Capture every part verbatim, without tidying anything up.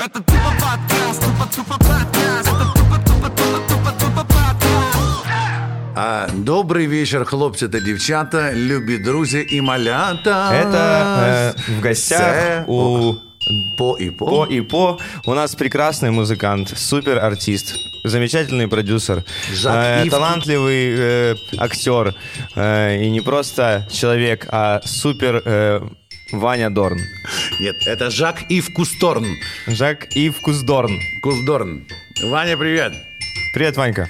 Это тупо подкаст, тупо тупо подкаст. Это тупо тупо тупо тупо тупо подкаст. А, добрий вечір, хлопці та дівчата, любі друзі і малята. Это э, в гостях Це... у По и по. По и по у нас прекрасный музыкант, супер артист, замечательный продюсер, э, талантливый э, актер э, и не просто человек, а супер э, Ваня Дорн. Нет, это Жак-Ив Кусторн. Жак-Ив Кусдорн. Кусдорн. Ваня, привет. Привет, Ванька.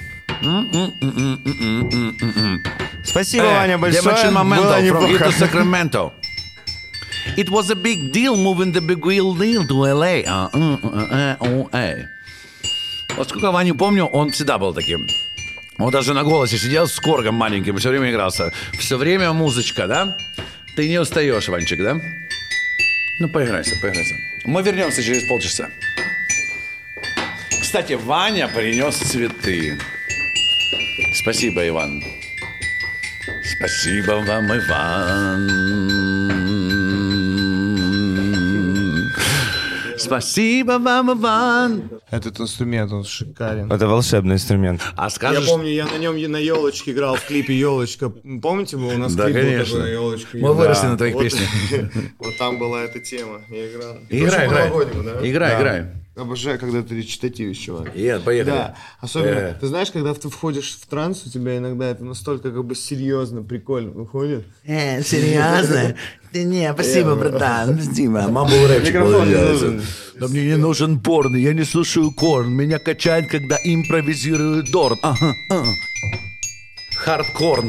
Спасибо, Э, Ваня, большое. Было неплохо. From Sacramento. It was a big deal moving the big wheel deal to Л А. Uh, uh, uh, uh, uh. Вот сколько Ваню помню, он всегда был таким. Он даже на голосе сидел с коргом маленьким, все время игрался. Все время музычка, да? Ты не устаешь, Ванчик, да? Ну, поиграйся, поиграйся. Мы вернемся через полчаса. Кстати, Ваня принес цветы. Спасибо, Иван. Спасибо вам, Иван. Спасибо вам, Иван. Этот инструмент, он шикарен. Это волшебный инструмент. А скажешь... Я помню, я на нем на елочке играл в клипе «Елочка». Помните, был у нас Да, клип был конечно. такой на елочке? Мы выросли на твоих вот, песнях. Вот там была эта тема. Я играл. Играй, играй. Да? Играй, Да. играй. Обожаю, когда ты речитативишь, чувак. Нет, поехали. Да, особенно, Э. ты знаешь, когда ты входишь в транс, у тебя иногда это настолько как бы серьезно, прикольно выходит. Э, серьезно? Да не, спасибо, братан, спасибо. Мама рэпчик Микрофон не получается. нужен. Да мне не нужен порно, я не слушаю корн. Меня качает, когда импровизирует Дорн. Ага, ага. Хардкорн.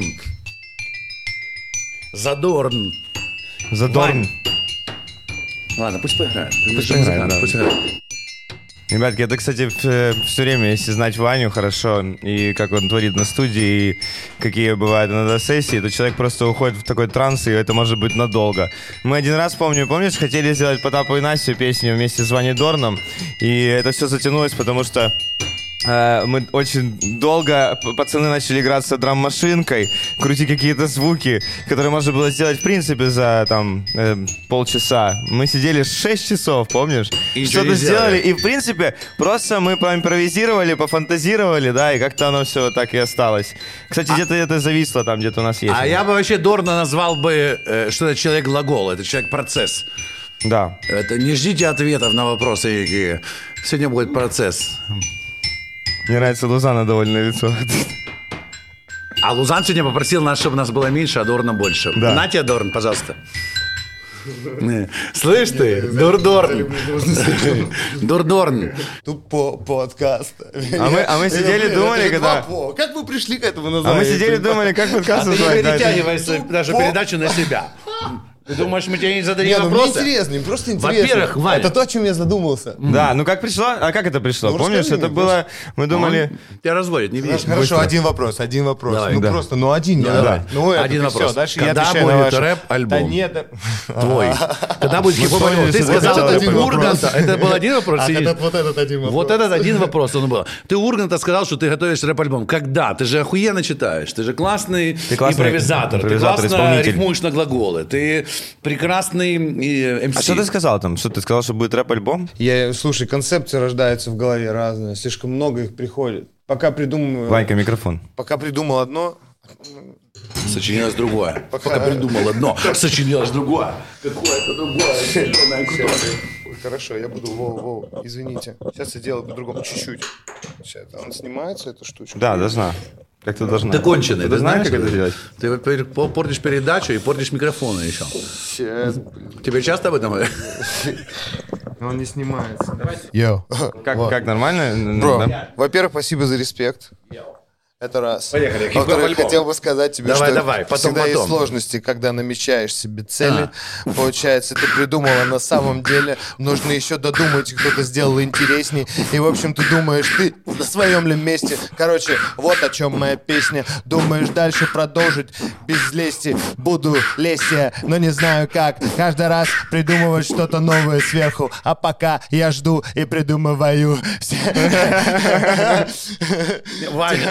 Задорн. Задорн. Вань. Ладно, пусть поиграет. Пусть поиграет, да. Пусть играет. Ребятки, это, кстати, все время, если знать Ваню хорошо, и как он творит на студии, и какие бывают иногда сессии, то человек просто уходит в такой транс, и это может быть надолго. Мы один раз, помню, помнишь, хотели сделать Потапу и Настю песню вместе с Ваней Дорном, и это все затянулось, потому что э, мы очень долго, пацаны начали играться драм-машинкой, крутить какие-то звуки, которые можно было сделать, в принципе, за там э, полчаса. Мы сидели шесть часов, помнишь? И что-то сделали, и, в принципе, просто мы поимпровизировали, пофантазировали, да, и как-то оно все так и осталось. Кстати, а... где-то это зависло там, где-то у нас есть. А я бы вообще Дорна назвал бы, э, что это человек-глагол, это человек-процесс. Да. Это не ждите ответов на вопросы какие. Сегодня будет процесс. Мне нравится Лузана довольное лицо. А Лузан сегодня попросил нас, чтобы нас было меньше, а Дорна больше. Да. На тебе, Дорн, пожалуйста. Слышь ты, Дур-Дорн. Дур-Дорн. Тупо подкаст. А мы, а мы сидели, думали, когда... Как вы пришли к этому А названию? мы сидели, думали, как подкаст А ты не называть. Да, это- перетягивай нашу передачу на себя. Ты думаешь, мы тебе не задали Не, ну мне вопросы? интересно, мне просто интересно. Во-первых, Ваня. Это то, о чем я задумался. Да, ну как пришло? А как это пришло? Ну, Помнишь, расскажи это мне, было... Мы думали... Тебя разводят, не видишь? Хорошо, один вопрос, один вопрос. Давай, ну да. просто, ну один, Ну, я- давай. Ну, это Один ты вопрос. всё, дальше я Когда отвечаю на будет ваше. рэп-альбом? Да нет, да... Твой. Когда будет хип-хоп поняли, альбом? Ты что сказал, это ты один вопрос. Урганта. Это был один вопрос? А, или- это вот этот один вопрос. Вот этот один вопрос он был. Ты у Урганта сказал, что ты готовишь рэп-альбом. Когда? Ты же охуенно читаешь. Ты же классный, Ты классный импровизатор. импровизатор, ты классно исполнитель. рифмуешь на глаголы. Ты прекрасный э, эм си. А что ты сказал там? Что ты сказал, что будет рэп-альбом? Я, слушай, концепции рождаются в голове разные, слишком много их приходит. Пока придумаю... Ванька, микрофон. Пока придумал одно... Сочинилось другое. Пока придумал одно, сочинилось другое. Какое-то другое. зелёное, крутое. Ой, хорошо, я буду... Воу, воу, извините. Сейчас я делаю по-другому, чуть-чуть. Сейчас, он снимается, эта штучка? Да, должна. Как ты должна. Ты конченый. Ты знаешь, как это делать? Ты во-первых, портишь передачу и портишь микрофоны еще. Сейчас, блин. Тебе часто об этом говорят? Он не снимается. Йоу. Как, Вот. как нормально? Бро, Да? во-первых, спасибо за респект. Это раз. Поехали, хип-хоп Во-вторых, альбом. хотел бы сказать тебе, Давай, что давай, потом, всегда есть потом. сложности, когда намечаешь себе цели. Получается, ты придумала на самом деле, нужно еще додумать, и кто-то сделал интересней. И, в общем, ты думаешь, ты на своем ли месте. Короче, вот о чем моя песня. Думаешь дальше продолжить без лести. Буду лезть я, но не знаю как. Каждый раз придумывать что-то новое сверху. А пока я жду и придумываю все. Ваня, Ваня,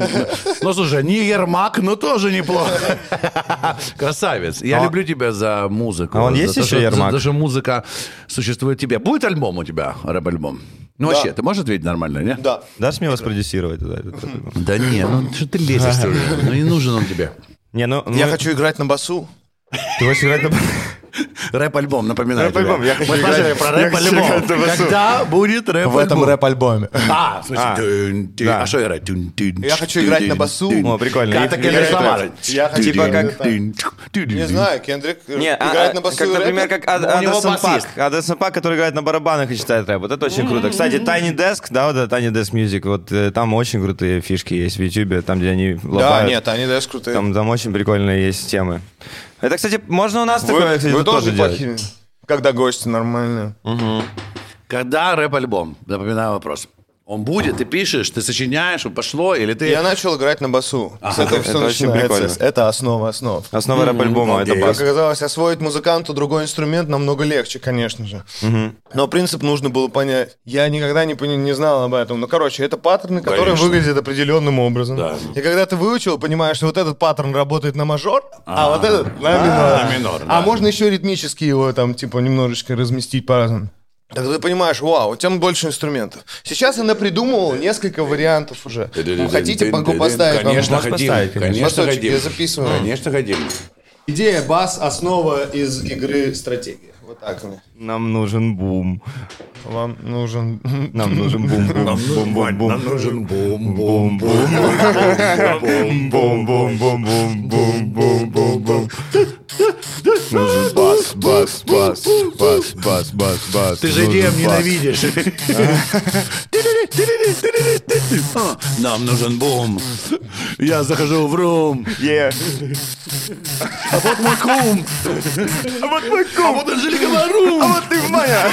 Ну, слушай, не Ермак, но тоже неплохо. Красавец. Я люблю тебя за музыку. А он за есть то, еще что- Ермак? За то, что музыка существует в тебе. Будет альбом у тебя, рэп-альбом? Ну, вообще, ты можешь ответить нормально, не? Да. Дашь мне его спродюсировать туда? этот альбом? Да не, ну что ты лезешь все время? Ну, не нужен он тебе. Не, ну... Я ну, хочу играть на басу. Ты хочешь играть на... Рэп-альбом, напоминаю Рэп-альбом, тебе. я хочу Мы играть- спрашивали про я хочу рэп-альбом. играть на басу. Когда будет рэп-альбом? В этом рэп-альбоме. А, в смысле, А, тун, тун. да. А что играть? Тун, тун, Я хочу тун, играть тун, на басу. тун. О, прикольно. Как И- так и Кендрик это- Ламар. Я хочу Типа играть как- на- Не знаю, Кендрик Не, играет а, на басу как, и например, рэпит. как Ад- Ну, у него Адесон бас Пак. есть. Адесон Пак, который играет на барабанах и читает рэп. Вот это очень круто. Кстати, Tiny Desk, да, вот это Tiny Desk Music, вот э, там очень крутые фишки есть в Ютубе, там, где они Да, лопают. нет, они даже крутые. Там, там очень прикольные есть темы. Это, кстати, можно у нас такое, кстати, Вы тоже тоже делать. неплохие. Когда гости нормальные. Когда рэп-альбом? Напоминаю вопрос. Он будет, ты пишешь, ты сочиняешь, пошло, или ты... Я начал играть на басу. С этого все это очень начинается. прикольно. Это основа основ. Основа рэп-альбома — это окей. бас. Как оказалось, освоить музыканту другой инструмент намного легче, конечно же. Но принцип нужно было понять. Я никогда не, пони- не знал об этом. Ну, короче, это паттерны, которые Конечно. выглядят определенным образом. Да. И когда ты выучил, понимаешь, что вот этот паттерн работает на мажор, а, вот этот на минор. на минор, А да. можно еще ритмически его там, типа, немножечко разместить по-разному. Тогда ты понимаешь, вау, у тебя больше инструментов. Сейчас я напридумывал несколько вариантов уже. Ну, хотите, могу поставить вам? Конечно, Можешь хотим. поставить, Конечно, Басочек, хотим. я записываю. Конечно, хотим. Идея бас — основа из игры стратегия. Вот так мне. Нам нужен бум. Вам нужен... Нам нужен бум. Нам нужен бум. Нам нужен бум-бум. Бум-бум-бум-бум-бум-бум-бум-бум. Нужен бас, бас, бас, бас, бас, бас, бас. Ты же Нужен идеям бас. ненавидишь. А, Нам нужен бум. Я захожу в рум. Е. А вот мой кум. А вот мой А вот Анжелика Варум. А вот ты моя.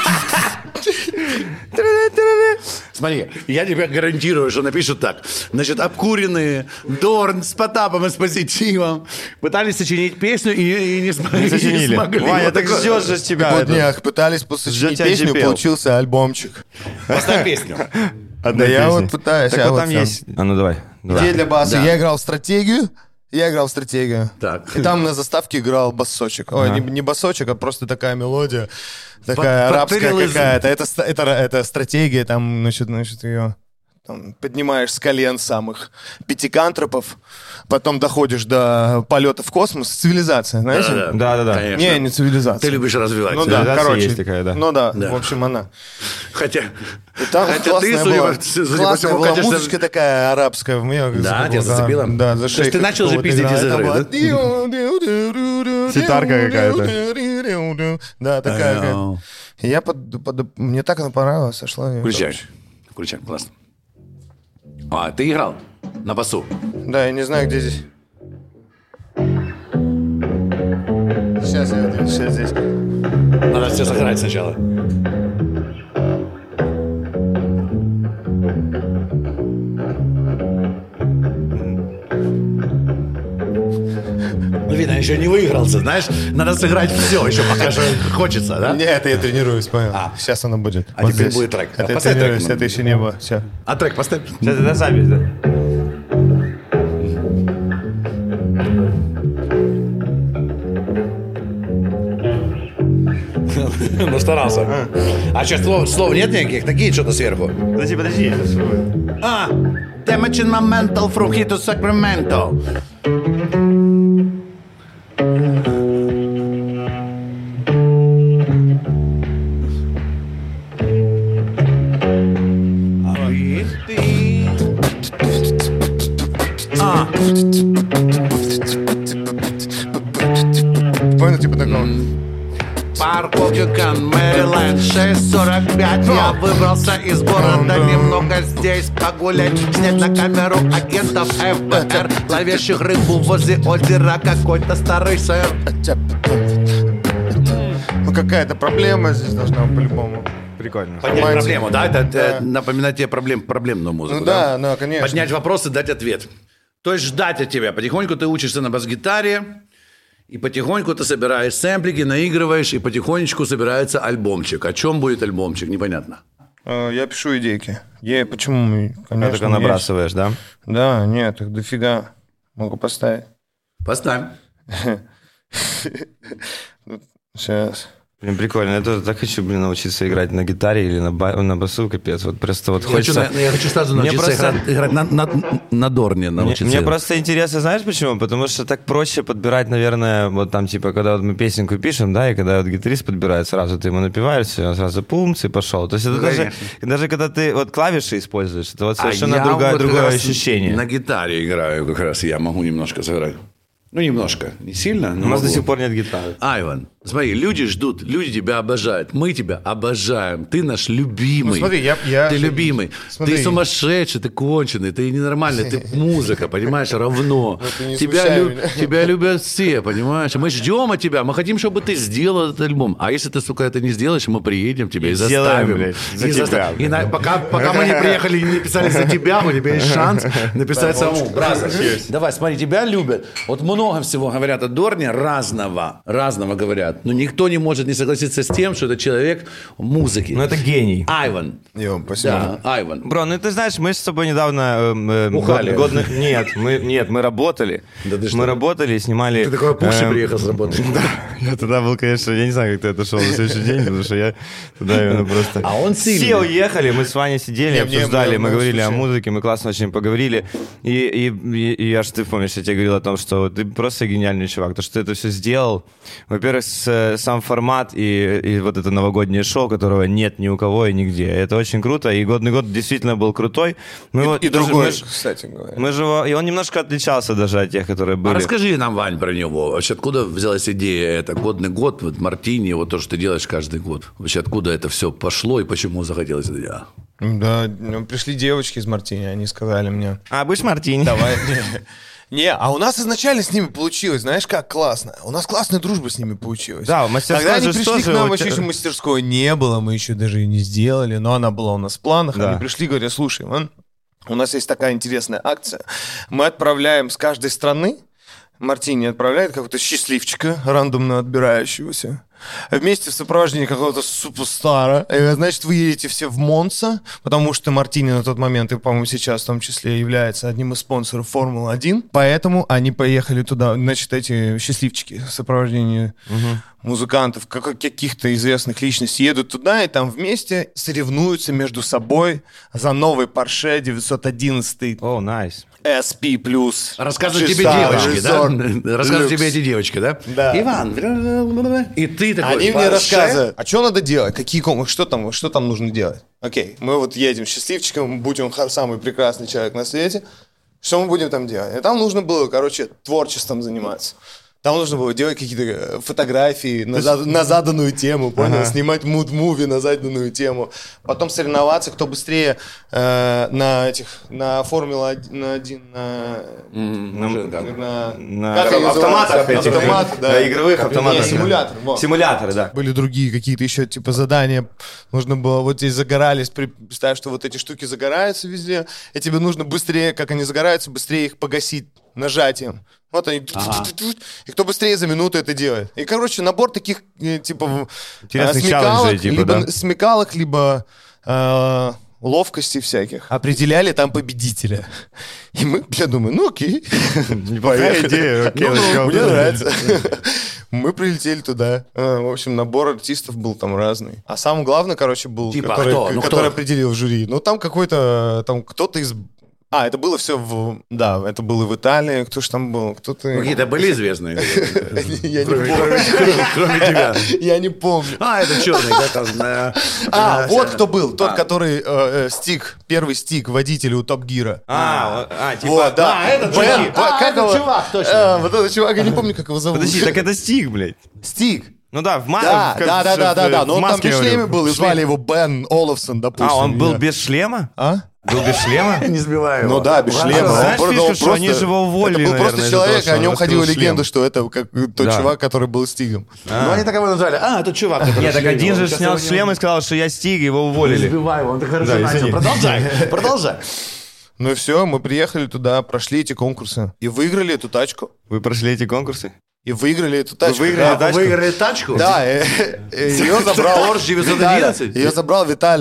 Смотри, я тебе гарантирую, что напишут так. Значит, обкуренные, Дорн с Потапом и с Позитивом пытались сочинить песню и, и не смогли. Не сочинили. смогли. Ваня, Вот так такое. ждешь же с тебя. Вот это. не, пытались посочинить Ждёт тебя песню, джи пи эл. получился альбомчик. Поставь песню. Одна Да я песня. вот пытаюсь, Так я вот вот там сам. есть. А ну давай. давай. Идея для баса. Да. Я играл в стратегию. Я играл в стратегию. Так. И там на заставке играл басочек. Ой, не, не басочек, а просто такая мелодия. Такая Под- арабская подтырилась. какая-то. Это, ст- это, это стратегия, там, значит, значит, ее там, поднимаешь с колен самых пятикантропов, потом доходишь до полета в космос. Цивилизация, знаете? Да-да-да. Конечно. Не, не цивилизация. Ты любишь развивать. Ну да, Цивилизация короче. есть такая, да. Ну да, Да. в общем, она. Хотя, И там хотя ты, классная судя была, по- судя по классная всему, была конечно, музычка такая арабская. В меня Да, тебя зацепило? Да, за То есть шейх ты начал же какого-то пиздить из играет. игры, Там была- Ситарка какая-то. Да, такая. Ау. какая-то. И я под, под- мне так она понравилась, сошла. и Включай. короче. Включай, классно. А, ты играл на басу? Да, я не знаю, где здесь. Сейчас я вот сейчас здесь. Надо все сыграть сначала. Ну, видно, еще не выигрался, знаешь? Надо сыграть все, еще пока что хочется, да? Не, это я тренируюсь, понял. А. Сейчас оно будет. А теперь будет трек. Это я Поставь трек. тренируюсь, это еще не было. Все. А трек поставь. Сейчас это запись, да? Ну, старался. А что, слов, слов нет никаких? Такие что-то сверху. Подожди, подожди. это что будет? А, Damaging my mental from here to Sacramento. А, Понял, типа такого. парковка Кан, Мэриленд, шесть сорок пять. Я выбрался из города немного здесь погулять, снять на камеру агентов эф бэ эр, ловящих рыбу возле озера какой-то старый сэр. Ну, какая-то проблема здесь должна быть по-любому. Прикольно. Поднять Мать. проблему, да? Это, это Да. напоминать тебе проблем, проблемную музыку, Ну да, да, конечно. Поднять вопрос и дать ответ. То есть ждать от тебя. Потихоньку ты учишься на бас-гитаре, и потихоньку ты собираешь сэмплики, наигрываешь, и потихонечку собирается альбомчик. О чем будет альбомчик, непонятно. Э, Я пишу идейки. Я почему мы, конечно, А только есть. набрасываешь, да? Да, нет, их дофига. Могу поставить. Поставь. Сейчас. Блин, прикольно. Я тоже так хочу, блин, научиться играть на гитаре или на, ба- на басу, капец. Вот просто вот Я хочу, хочется... на- я хочу сразу Мне научиться просто- играть, играть на, на, на дорне. Мне, Научиться мне играть. просто интересно, знаешь почему? Потому что так проще подбирать, наверное, вот там, типа, когда вот мы песенку пишем, да, и когда вот гитарист подбирает, сразу ты ему напеваешь, все, он сразу пумц и пошел. То есть это Ну, даже, конечно. даже когда ты вот клавиши используешь, это вот А совершенно я другое, вот как другое раз ощущение. На гитаре играю как раз, я могу немножко сыграть. Ну, немножко. Не сильно, но У нас могу. до сих пор нет гитары. Айван, смотри, люди ждут, люди тебя обожают, мы тебя обожаем, ты наш любимый. Ну, смотри, я- я Ты же- любимый, смотри. ты сумасшедший, ты конченый, ты ненормальный, ты музыка, понимаешь, равно. ты не Тебя, смущай лю- меня. тебя любят все, понимаешь, мы ждем от тебя, мы хотим, чтобы ты сделал этот альбом. А если ты, сука, это не сделаешь, мы приедем тебя и, И сделаем, заставим. блядь, за И тебя, заста- блядь. И на- пока, пока мы не приехали и не написали за тебя, у тебя есть шанс написать самому. Бразер, давай, смотри, тебя любят. Вот много всего говорят о Дорне, разного, разного говорят. Но никто не может не согласиться с тем, что это человек музыки. Ну, это гений. Айван. Йо, спасибо. Да, Айван. Бро, ну ты знаешь, мы с тобой недавно... эм, эм, Ухали. год- год- нет, мы, нет, мы работали. Да ты что? мы работали, снимали... Ты такой опухший эм, приехал с работы. Я тогда был, конечно, я не знаю, как ты отошел на следующий день, потому что я туда именно просто... А он сильный. Все уехали, мы с Ваней сидели, Не, не, обсуждали, мы- мы мы говорили о слушаем. музыке, мы классно очень поговорили. И, и, и, и аж ты помнишь, я тебе говорил о том, что ты просто гениальный чувак, то, что ты это все сделал. Во-первых, с- сам формат и, и вот это новогоднее шоу, которого нет ни у кого и нигде. Это очень круто, и годный год действительно был крутой. Мы И, вот и даже- другой, мы ж- кстати говоря. мы же его- и он немножко отличался даже от тех, которые были. А расскажи нам, Вань, про него. Вообще, откуда взялась идея? Это годный год, вот Мартини, вот то, что ты делаешь каждый год. Вообще, откуда это все пошло и почему захотелось это делать? Да, ну, пришли девочки из Мартини, они сказали мне, А, будешь Мартини? давай. Не, а у нас изначально с ними получилось, знаешь, как классно. У нас классная дружба с ними получилась. Да, в мастерской Когда они же пришли к тоже нам, у вообще тебя- еще мастерской не было, мы еще даже и не сделали, но она была у нас в планах. Да. Они пришли, говорят, слушай, Иван, у нас есть такая интересная акция. Мы отправляем с каждой страны, Мартини отправляет какого-то счастливчика, рандомно отбирающегося, вместе в сопровождении какого-то суперстара. И, значит, вы едете все в Монцо, потому что Мартини на тот момент, и, по-моему, сейчас в том числе является одним из спонсоров Формулы один. Поэтому они поехали туда. Значит, эти счастливчики в сопровождении музыкантов, как- каких-то известных личностей едут туда, и там вместе соревнуются между собой за новый Porsche девятьсот одиннадцать О, найс. эс пи плюс. Рассказывают тебе Шестая, девочки, да? Resort Рассказывают Люкс. тебе эти девочки, да? Да. Иван, и ты такой... Они мне «Porsche». рассказывают, а что надо делать, какие ком- что там, что там нужно делать. Окей, мы вот едем с счастливчиком, будь он ха- самый прекрасный человек на свете, что мы будем там делать? И там нужно было, короче, творчеством заниматься. Там нужно было делать какие-то э, фотографии на, зад- на заданную тему, понял? Ага. Снимать муд-муви на заданную тему. Потом соревноваться, кто быстрее э, на этих, на Формуле один, на... Ну, как? на, На как они автоматах называются? этих, Автомат, да. да, игровых Не, автоматах. симулятор, вот. Симуляторы, да. Были другие какие-то еще типа задания. Нужно было, вот здесь загорались, при- представь, что вот эти штуки загораются везде, и тебе нужно быстрее, как они загораются, быстрее их погасить нажатием. Вот они. И кто быстрее за минуту это делает. И, короче, набор таких, э, типа, в- Интересных э, смекалок, челленджей, типа, либо да? смекалок, либо э, ловкостей всяких. Определяли там победителя. И мы, я думаю, ну окей. Неплохая идея, окей, Ну, let's go. мне нравится. Мы прилетели туда. А, В общем, набор артистов был там разный. А самое главное, короче, был, Типа который, кто? Ну, который кто? определил жюри. Ну, там какой-то, там кто-то из... А, это было все в... Да, это было в Италии. Кто ж там был? Кто-то... Какие-то были известные? Я не Кроме- помню. кроме- Кроме тебя. Я не помню. А, это черный, как там, э, А, э, вот кто был. Тот, А. который э, э, стик, первый стик водителя у Топ Гира. А, а, типа... Вот, да. а, этот Бен, чувак. Бен, А, как этот его? чувак, точно. А, вот этот чувак, я не помню, как его зовут. Подожди, так это Стиг, блядь. Стик. Ну да, в ма- Да, в- да, в- да, да, в- да, да. в Но он там маске, без говорю. шлема был, и В звали шлеме. его Бен Олафсон, допустим. А, он был Я- без шлема? А? Был без шлема? Не сбивай его. Ну да, без Ладно. шлема. Он Знаешь, просто- фишка, он что они же его уволили, Это был наверное, просто из-за того, человек, что о он нем раскрыл ходила шлем. легенда, что это как тот Да. чувак, который был Стигом. Ну, они так его назвали. А, тот чувак, который Нет, так шлем. один же Сейчас снял его не- шлем и сказал, что я Стиг, его Не уволили. сбивай его, он так хорошо Да, начал. извини. Продолжай, продолжай. Ну и все, мы приехали туда, прошли эти конкурсы и выиграли эту тачку. Вы прошли эти конкурсы? И выиграли эту тачку. выиграли Да. тачку? Выиграли тачку? Да, ее забрал... Порш девятьсот одиннадцать? Ее забрал Виталя.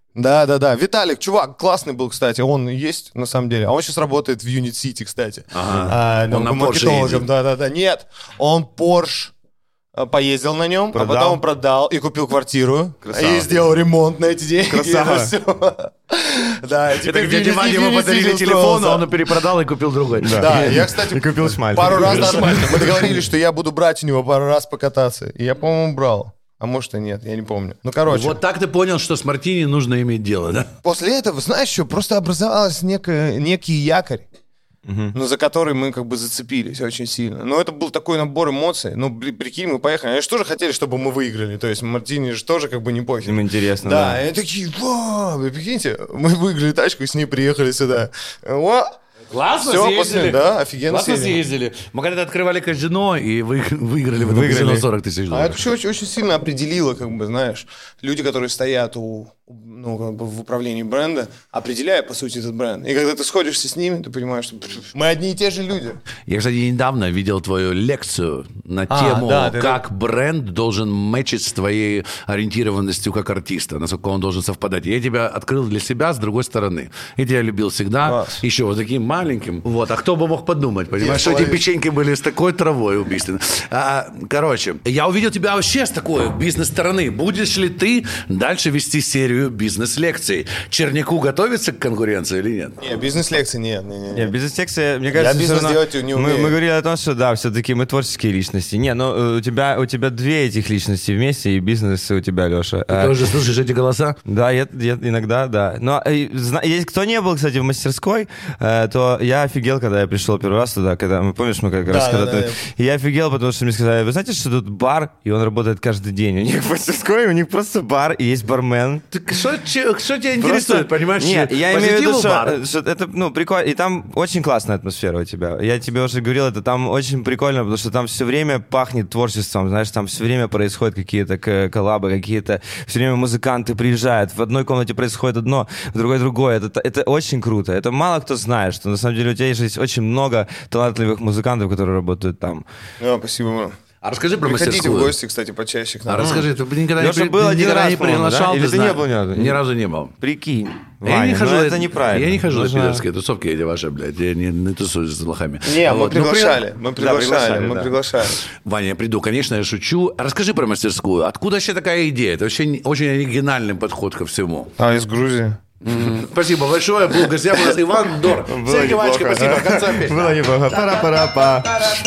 Да-да-да. Виталик, чувак, классный был, кстати. Он есть, на самом деле. А он сейчас работает в Unit City, кстати. Ага. А, Он на Porsche маркетологом. ездит. Да-да-да. Нет, он Porsche а, поездил на нем, Продал? а потом продал и купил квартиру. Красава. И сделал ремонт на эти деньги. Красава. И всё. Да, и Это теперь где в Unity- Ваде в ему Unity подарили City телефон, а устроился. он перепродал и купил другой. Да, я, кстати, И купил шмаль. пару раз даже мы договорились, что я буду брать у него пару раз покататься. И я, по-моему, брал. А может и нет, я не помню. Ну, короче. Вот так ты понял, что с Мартини нужно иметь дело, да? После этого, знаешь что, просто образовался некое, некий якорь, ну, за который мы как бы зацепились очень сильно. Но это был такой набор эмоций. Ну, при- прикинь, мы поехали. Они же тоже хотели, чтобы мы выиграли. То есть Мартини же тоже как бы не пофиг. Им интересно, Да, да. и они такие, вау, вы прикиньте, мы выиграли тачку, с ней приехали сюда. Во! Классно Всё, съездили. после- да, офигенно Классно съездили. съездили. Мы когда-то открывали казино и вы, выиграли в этом Выиграли. казино сорок тысяч А это долларов. вообще очень, очень сильно определило, как бы, знаешь, люди, которые стоят у, ну, как бы в управлении бренда, определяют, по сути, этот бренд. И когда ты сходишься с ними, ты понимаешь, что пф, мы одни и те же люди. Я, кстати, недавно видел твою лекцию на А, тему, да, ты- как бренд должен мэчить с твоей ориентированностью как артиста, насколько он должен совпадать. Я тебя открыл для себя с другой стороны. Я тебя любил всегда, Класс. еще вот таким маленьким. Вот. А кто бы мог подумать, понимаешь, что эти человек. печеньки были с такой травой убийственной. А, короче, я увидел тебя вообще с такой бизнес-стороны. Будешь ли ты дальше вести серию бизнес-лекций? Черняку готовится к конкуренции или нет? Не, бизнес-лекции нет. Не, не, не. Не, бизнес-секция, мне кажется, бизнес всё равно- делать не мы, умею. мы говорили о том, что да, все-таки мы творческие личности. Не, но э, у тебя, у тебя две этих личности вместе, и бизнес у тебя, Леша. Ты уже слышишь эти голоса? Да, я, я иногда, да. Но э, зна- если кто не был, кстати, в мастерской, э, то я офигел, когда я пришел первый раз туда, когда, мы помнишь, мы как раз да, когда да, ты- да. И я офигел, потому что мне сказали, вы знаете, что тут бар, и он работает каждый день. У них в мастерской, у них просто бар, и есть бармен. Так что, че- что тебя Просто- интересует, понимаешь? Нет, я имею в виду, Позитиву что, бар? что это, ну, прикольно. И там очень классная атмосфера у тебя. Я тебе уже говорил, это там очень прикольно, потому что там все время пахнет творчеством, знаешь, там все время происходят какие-то к- коллабы, какие-то, все время музыканты приезжают, в одной комнате происходит одно, в другой другое. Это, это очень круто. Это мало кто знает, что на самом деле у тебя есть очень много талантливых музыкантов, которые работают там. Да, спасибо, бро. А расскажи про Приходите в мастерскую. гости, кстати, почаще к А нам. расскажи, ты никогда Леша не, при- был ты один никогда раз, не по-моему, да? приглашал, Или ты не знаешь? был ни разу? Ни разу не был. Прикинь. Я Ваня, не хожу, ну на- это неправильно. Я не хожу на Нужно- пидорские тусовки эти ваши, блядь. Я не, не тусуюсь с лохами. Не, мы Вот. Ну, приглашали, при- мы приглашали, приглашали, мы да. приглашали. Ваня, я приду, конечно, я шучу. Расскажи про мастерскую. Откуда вообще такая идея? Это вообще не- очень оригинальный подход ко всему. А, из Грузии? Спасибо большое. Был в гостях у нас Иван Дор. Было Всем Иванчика, неплохо. спасибо. Конца песни. Было неплохо. Пара-пара-па.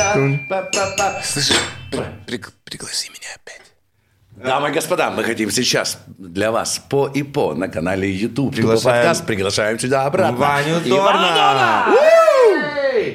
Слышишь, при- при- пригласи меня опять. Дамы и господа, мы хотим сейчас для вас по и по на канале YouTube. Приглашаем- Подкаст. Приглашаем сюда обратно. Ваню Ивана Дорна. Эй!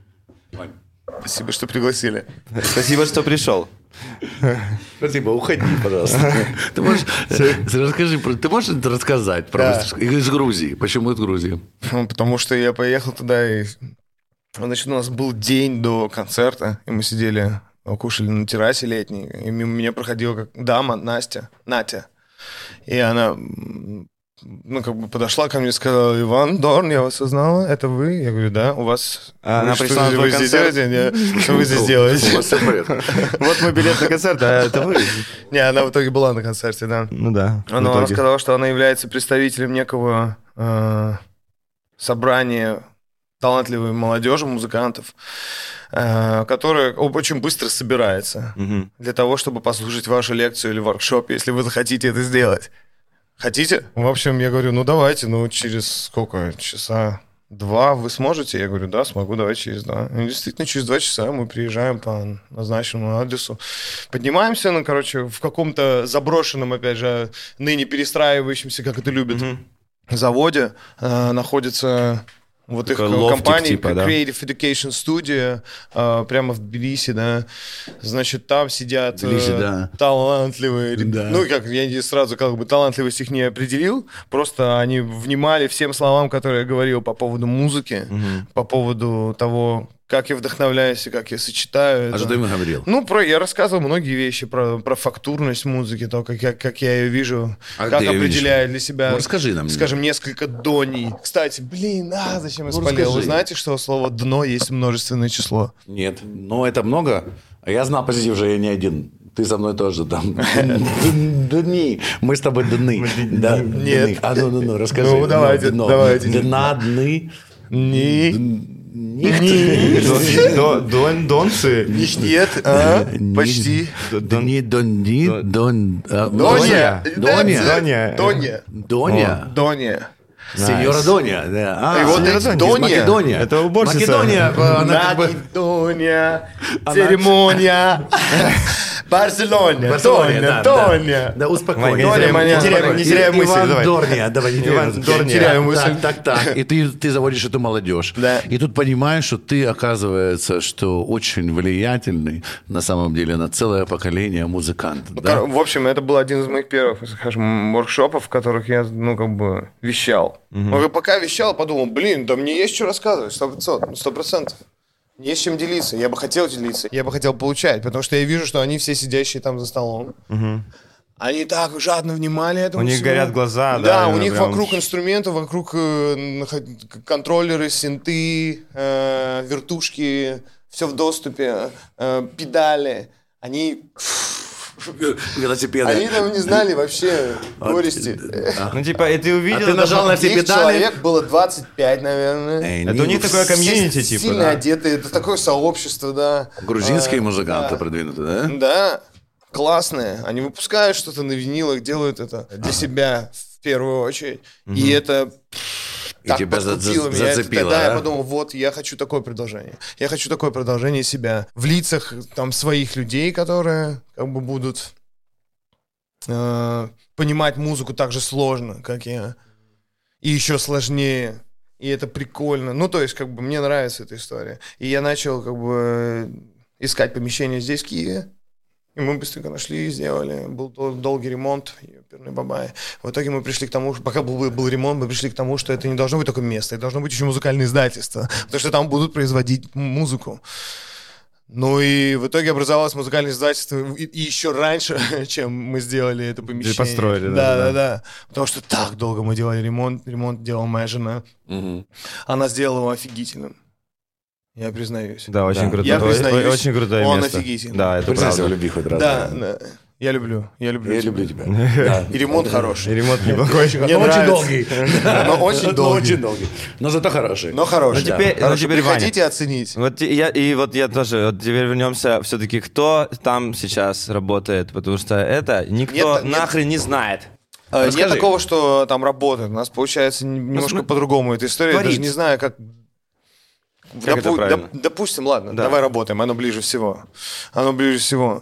Спасибо, что пригласили. Спасибо, что пришел. Спасибо, уходи, пожалуйста. Ты можешь, э, расскажи, про- ты можешь это рассказать про Да. мастерскую? Из Грузии. Почему из Грузии? Ну, потому что я поехал туда, и... Значит, у нас был день до концерта, и мы сидели, кушали на террасе летней, и мимо меня проходила как дама, Настя, Натя. И она, м, ну, как бы подошла ко мне и сказала: Иван Дорн, я вас узнала, это вы? Я говорю, да, у вас... А вы она что пришла на здесь- твой вы здесь концерт? делаете? Не, что вы здесь У делаете? вас всё в порядке. Вот мой билет на концерт, а это вы. Не, она в итоге была на концерте, да. Ну да. в Она итоге. рассказала, что она является представителем некого э, собрания талантливой молодежи, музыкантов, э, которая очень быстро собирается Мгм. для того, чтобы послушать вашу лекцию или воркшоп, если вы захотите это сделать. Хотите? В общем, я говорю, ну давайте, ну через сколько? Часа два вы сможете? Я говорю, да, смогу, давай через два. И действительно, через два часа мы приезжаем по назначенному адресу. Поднимаемся, ну, короче, в каком-то заброшенном, опять же, ныне перестраивающемся, как это любят, заводе э, находится вот Такой их лофтик компания, типа, да? Creative Education Studio, э, прямо в Тбилиси, да. Значит, там сидят Тбилиси, э, да. талантливые, ребя- Да. ну, как я не сразу как бы талантливость их не определил, просто они внимали всем словам, которые я говорил по поводу музыки, по поводу того, как я вдохновляюсь и как я сочетаю А это. что ты ему говорил? Ну, про, я рассказывал многие вещи про, про фактурность музыки, то, как я, как я ее вижу, А как где её определяю для себя. Ну, расскажи нам. Скажем, несколько доней. Кстати, блин, а, зачем я Ну, спалил? Вы расскажи. знаете, что слово «дно» есть множественное число? Нет. Но это много. А я знал позитив, что я не один Ты со мной тоже там. Дни. Мы с тобой дны. Да, Нет. дны. А ну, ну, ну, расскажи. Ну, давайте, Дно. давайте. Дна, дны. Ни. Нихт. Дон- дон- Донцы. Нет, а? Почти. Дни, донни, дон... а, Доня. Доня. Доня. Доня. Доня. Доня. Сеньора Доня. да. А, И вот Сеньора эти Доня. Доня. Из Македония. Это уборщица. Македония, она как бы... Македония. Церемония. Барселона. Барселоне, Доня. да, Доня. Да, да, успокойся. Ваня, не теряй- Доня, не теряй- Доня. не теряй мысли, Иван давай. Дорния, давай, не теряй Иван мысли. Дорния. Теряю мысль. Так, так, так. И ты, ты заводишь эту молодежь. Да. И тут понимаешь, что ты, оказывается, что очень влиятельный, на самом деле, на целое поколение музыкантов. Ну, да? кор- В общем, это был один из моих первых, скажем, воркшопов, в которых я, ну, как бы, вещал. Но я пока вещал, подумал, блин, да мне есть что рассказывать, сто процентов, сто процентов. Есть чем делиться, я бы хотел делиться, я бы хотел получать, потому что я вижу, что они все сидящие там за столом. Они так жадно внимали этому У них всему. горят глаза, да, Да, у именно них прям. вокруг инструментов, вокруг э, наход- контроллеры, синты, э, вертушки, все в доступе, э, педали. Они... Велосипеды. Они там не знали вообще горести. Ну, типа, и ты увидел... А ты нажал на все Их педали? человек было двадцать пять, наверное. Эй, Это у них такое комьюнити, Все типа, сильно да. одетые, это такое сообщество, да. Грузинские А, музыканты да. продвинуты, да? Да, классные. Они выпускают что-то на винилах, делают это для себя в первую очередь. И это И так тебя за- подкупило за- меня. зацепило, Тогда да? я подумал, вот, я хочу такое продолжение. Я хочу такое продолжение себя. В лицах там своих людей, которые как бы будут э, понимать музыку так же сложно, как я. И еще сложнее. И это прикольно. Ну, то есть, как бы, мне нравится эта история. И я начал, как бы, искать помещение здесь, в Киеве. И мы быстренько нашли и сделали. Был дол- долгий ремонт, ёперный бабай. В итоге мы пришли к тому, что пока был, был ремонт, мы пришли к тому, что это не должно быть только место, это должно быть еще музыкальное издательство, потому что там будут производить м- музыку. Ну и в итоге образовалось музыкальное издательство и, и еще раньше, чем мы сделали это помещение. построили, да, да, да. да, да. Потому что так долго мы делали ремонт, ремонт делала моя жена. Мгм. Она сделала его офигительным. Я признаюсь. Да, очень Да. круто. Я признаюсь, О- Очень крутое он место. офигительный. Да, это Признайся в правда. любви хоть раз. Да, да. Я люблю, я люблю. Я тебя. люблю тебя. Да. И ремонт И хороший. ремонт неплохой. Мне Но очень нравится. долгий. Но очень Но долгий. очень долгий. Но зато хороший. Но хороший. Ну, теперь- да. Хороший. ну, теперь, Ваня. Приходите оценить. Вот те- я, и вот я тоже, вот теперь вернемся все-таки, кто там сейчас работает, потому что это никто Нет, нет. нахрен не знает. А, Расскажи. Нет такого, что там работает. У нас получается н- немножко мы- по-другому эта история. Я Творит. даже не знаю, как... Как это правильно? доп- допустим, ладно, Да. давай работаем. Оно ближе всего. Оно ближе всего.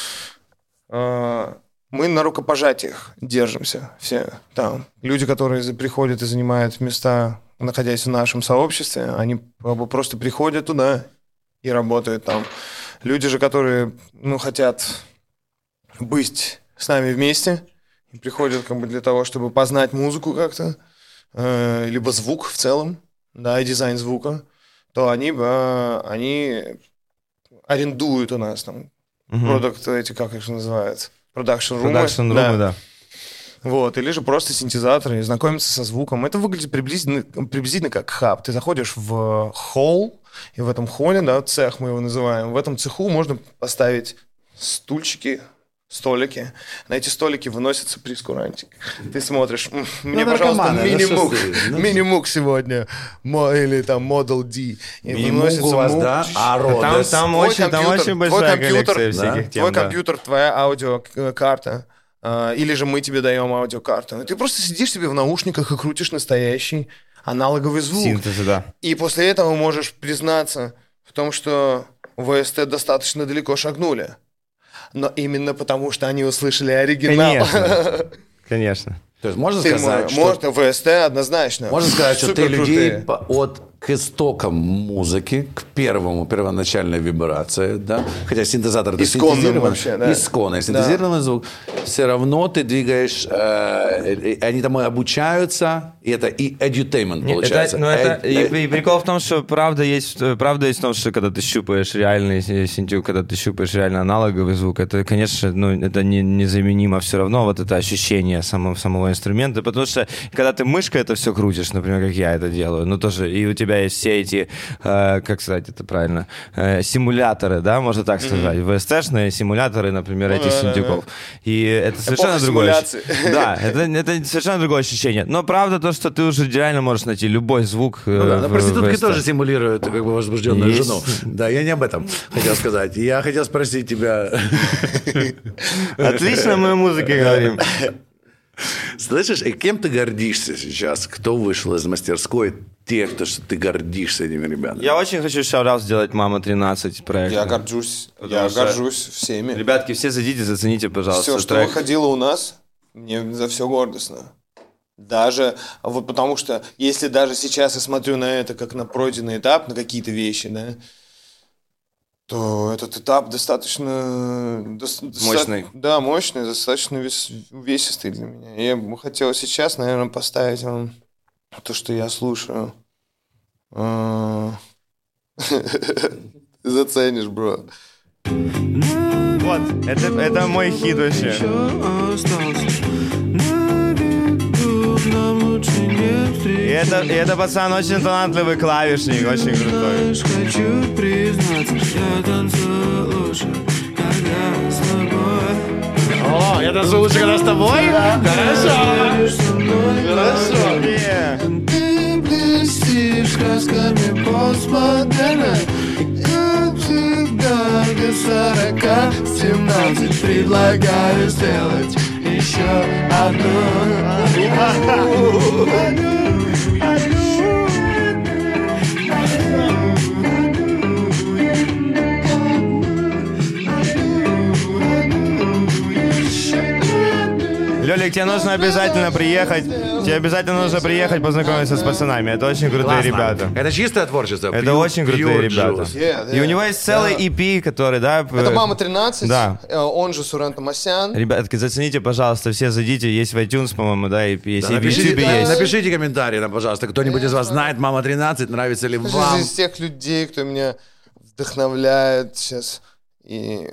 А, Мы на рукопожатиях держимся все там. Люди, которые за- приходят и занимают места, находясь в нашем сообществе, они как бы просто приходят туда и работают там. Люди же, которые, ну, хотят быть с нами вместе, и приходят как бы для того, чтобы познать музыку как-то, э, либо звук в целом, да, и дизайн звука, то они, э, они арендуют у нас там продукт, эти, как их называют, продакшн румы. Продакшн румы, да. Вот, или же просто синтезаторы, и знакомиться со звуком. Это выглядит приблизительно, приблизительно как хаб. Ты заходишь в холл, и в этом холле, да, цех мы его называем, в этом цеху можно поставить стульчики, столики. На эти столики выносится прескурантик. Ты смотришь, «М, мне, Ну, пожалуйста, наркоманы, ну, мини-мук, что ты, ну, мини-мук сегодня, Мо- или там Model D. И Минимум выносится у вас, мук. да? А Там, Родес? там, Твой очень, там компьютер, очень твой большая компьютер, коллекция да, всяких тем. Твой да. компьютер, твоя аудиокарта, а, или же мы тебе даем аудиокарту. И ты просто сидишь себе в наушниках и крутишь настоящий аналоговый звук. Синтезы, да. И после этого можешь признаться в том, что вэ эс тэ достаточно далеко шагнули. Но именно потому, что они услышали оригинал. Конечно. Конечно. То есть можно Ты сказать, мо- что... можно, вэ эс тэ однозначно. Можно сказать, что ты Суперкрутые. людей по- от к истокам музыки, к первому, первоначальной вибрации, да, хотя синтезатор это Исконным синтезированный, вообще, да. исконный синтезированный звук, все равно ты двигаешь, э, э, они там и обучаются, и это и edutainment Не, получается. это, ну, это, Э, и, э, и прикол в том, что правда есть, правда есть в том, что когда ты щупаешь реальный си- синтез, когда ты щупаешь реально аналоговый звук, это, конечно, ну, это не, незаменимо все равно, вот это ощущение самого, самого инструмента, потому что когда ты мышкой это все крутишь, например, как я это делаю, ну тоже, и у тебя тебя есть все эти, э, как сказать это правильно, э, симуляторы, да, можно так сказать, mm-hmm. ви эс ти-шные симуляторы, например, ну, этих да, синдюков. Да, да. И это совершенно Эпоха другое ощущение. Да, это, это совершенно другое ощущение. Но правда то, что ты уже реально можешь найти любой звук. Ну, да, в, но проститутки тоже симулируют как бы возбужденную есть? жену. Да, я не об этом хотел сказать. Я хотел спросить тебя... Отлично мы о музыке говорим. Слышишь, и кем ты гордишься сейчас? Кто вышел из мастерской? Те, кто, что ты гордишься этими ребятами. Я очень хочу шаут-аут сделать «Мама тринадцать» проект. Я горжусь. Я горжусь всеми. Ребятки, все зайдите, зацените, пожалуйста. Все, что трек. Выходило у нас, мне за все гордостно. Даже, вот потому что, если даже сейчас я смотрю на это как на пройденный этап, на какие-то вещи, да, то этот этап достаточно... Мощный. Да, мощный, достаточно вес, увесистый для меня. Я бы хотел сейчас, наверное, поставить вам то, что я слушаю. Ты заценишь, бро. Вот, это, это мой хит вообще. И это, и это, пацан, очень талантливый клавишник, очень крутой. Хочу признаться, я танцую лучше, когда с тобой. О, я танцую лучше, когда с тобой? Хорошо. Хорошо. Ты блестишь красками постмодерна. Как всегда, без сорока семнадцать предлагаю сделать еще одну. Лёлик, тебе нужно обязательно приехать. Тебе обязательно нужно приехать познакомиться с пацанами. Это очень крутые Классно. Ребята. Это чистое творчество. Это Pure, очень крутые ребята. Yeah, yeah. И у него есть целый да. и пи, который, да... Это «Мама тринадцать», да. Он же Сурен Томасян. Ребятки, зацените, пожалуйста, все зайдите. Есть в iTunes, по-моему, да, и есть, да, и в напишите, YouTube да, есть. Напишите комментарий нам, пожалуйста, кто-нибудь из вас знает «Мама тринадцать», нравится ли вам. Из тех людей, кто меня вдохновляет сейчас. И...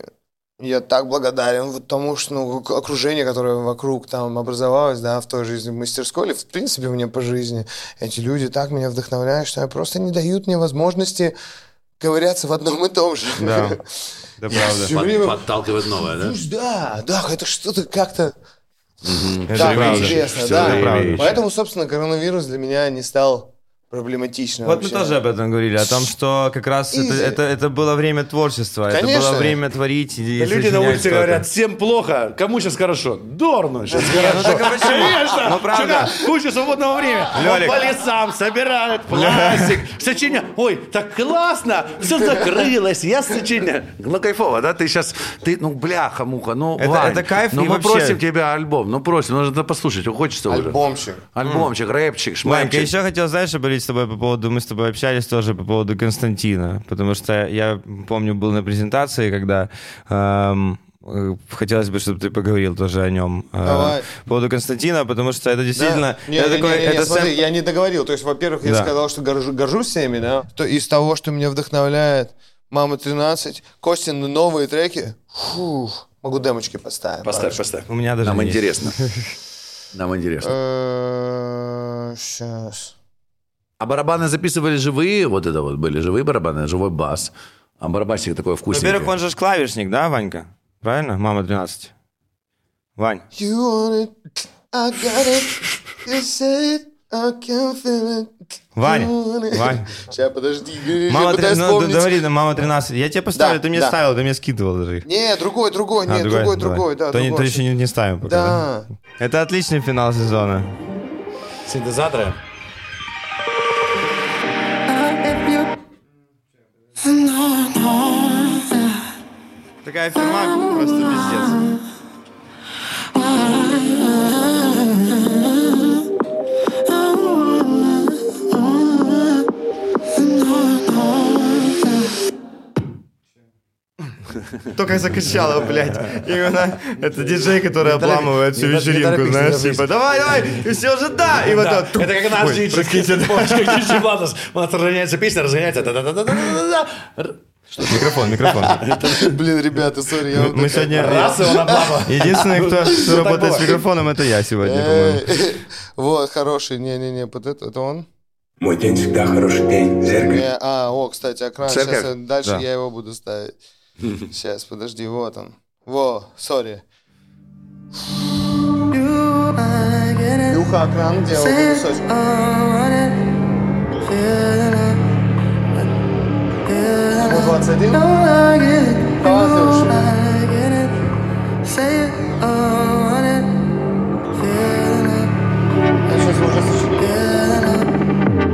Я так благодарен вот тому, что ну, окружение, которое вокруг там образовалось, да, в той жизни в мастерской, или в принципе мне по жизни, эти люди так меня вдохновляют, что они просто не дают мне возможности ковыряться в одном и том же. Да, да, правда. Под, время... Подталкивает новое, да? Да, да, это что-то как-то Угу. так интересно, Все да. правда. Поэтому, собственно, коронавирус для меня не стал проблематично. Вот вообще. мы тоже об этом говорили, о том, что как раз это, это, это было время творчества, Конечно. это было время творить. И да люди на улице говорят, всем плохо, кому сейчас хорошо? Дорну сейчас хорошо. Ну, так Конечно, ну, правда. Чука, куча свободного времени. Лёлик. По лесам собирают пластик, сочиняют. Ой, так классно, все закрылось, я сочиняю. Ну, кайфово, да? Ты сейчас, ты, ну, бляха-муха, ну, это, Вань, это кайф, ну, и мы вообще... просим тебя альбом, ну, просим, нужно это послушать, хочется уже. Альбомчик. Альбомчик, рэпчик, Ванька, шмапчик. еще хотел, знаешь, говорить с тобой по поводу, мы с тобой общались тоже по поводу Константина, потому что я помню, был на презентации, когда эм, хотелось бы, чтобы ты поговорил тоже о нем. Давай. Э, по поводу Константина, потому что это действительно... Да. Не, это не, такой, не, не, это смотри, сэм... я не договорил. То есть, во-первых, я да. сказал, что горжу, горжусь всеми, да. То из того, что меня вдохновляет «Мама тринадцать», Костин новые треки, фух, могу демочки поставить. Поставь, поставь. У меня даже Нам есть. интересно. Нам интересно. Сейчас. А барабаны записывали живые, вот это вот были живые барабаны, живой бас. А барабанщик такой вкусненький. Во-первых, он же клавишник, да, Ванька? Правильно? Мама тринадцать. Вань. You want it, I got it, you say it, I can feel it. Вань, Вань. Сейчас, подожди, Мама, я три... пытаюсь ну, вспомнить. говори, да, мама тринадцать. Я тебе поставлю, Да, ты мне да. ставил, ты мне скидывал даже их. Не, другой, другой, А, нет, другой, другой, да, то, не- другой. то еще не, не ставим пока. Да. Да? Это отличный финал сезона. Синтезаторы. Такая фирма, просто пиздец. Только закачала, блядь. Именно это диджей, который обламывает всю не вечеринку, торопись, не знаешь, торопись. типа, давай, давай, и все уже да, и вот Да, это. это как наш диджей. Помнишь, как диджей Владос? У нас разгоняется песня, разгоняется. да-да-да-да-да-да-да. Микрофон, микрофон. Блин, ребята, сори, я Мы, вот мы так- сегодня... Раз, и он обламывает. Единственный, кто, кто работает с бывает. микрофоном, это я сегодня, по-моему. Эй, Вот, хороший, не-не-не, вот это, это он? Мой день всегда хороший день. Зеркало. Не, а, о, кстати, экран. Церковь? Сейчас я- дальше Да. я его буду ставить. Сейчас, подожди, вот он. Во, сори. Илюха экран делал кусочек. Ему двадцать один? Талантливый. Я сейчас уже сочинил.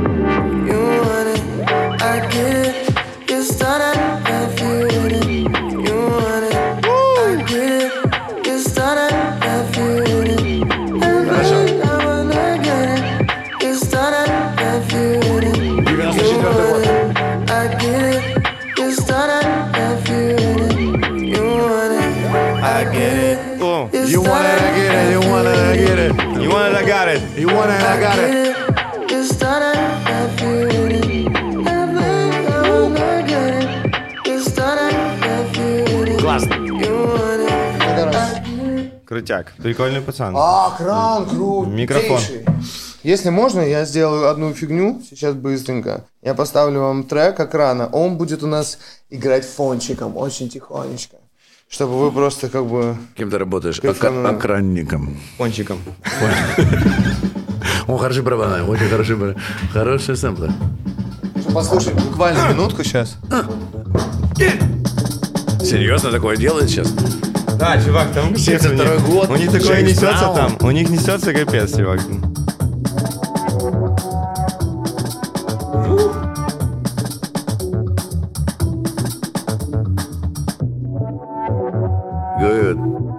О, You want it, I get it, you want it, I get it. you want it, I got it. You want it, I got it. Классно. Крутяк. Прикольный пацан. А, кран, круто. Микрофон. Если можно, я сделаю одну фигню сейчас быстренько. Я поставлю вам трек экрана. Он будет у нас играть фончиком, очень тихонечко. Чтобы вы просто как бы... Кем ты работаешь? Кайфанули. Ока- Охранником. Пончиком. О, хорошие барабаны, очень хорошие барабаны. Хорошие сэмплы. Послушай, буквально минутку сейчас. Серьезно такое делает сейчас? Да, чувак, там капец у семьдесят второй них. год, У них такое Джеймс несется Браун. там. У них несется капец, чувак. Good.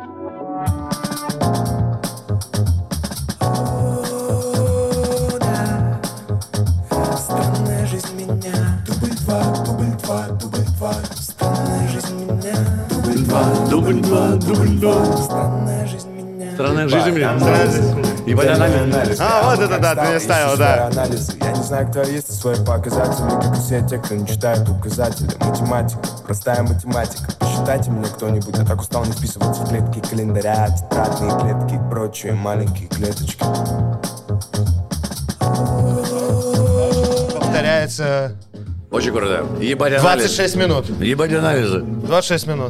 Странная жизнь меня. Дубль два, дубль два, дубль два. Странная жизнь меня. Дубль два, Дубль два, дубль два. странная жизнь меня. Странная жизнь у меня. Ебать, анализ. А, вот это да, ты мне ставил, да. Анализы. Я не знаю, кто есть свои показатели, как и все те, кто не читает указатели. Математика, простая математика. Посчитайте меня кто-нибудь, я так устал не вписываться в клетки календаря, тетрадные клетки и прочие маленькие клеточки. Повторяется Очень круто. Ебать анализ. двадцать шесть минут. Ебать анализы. двадцать шесть минут.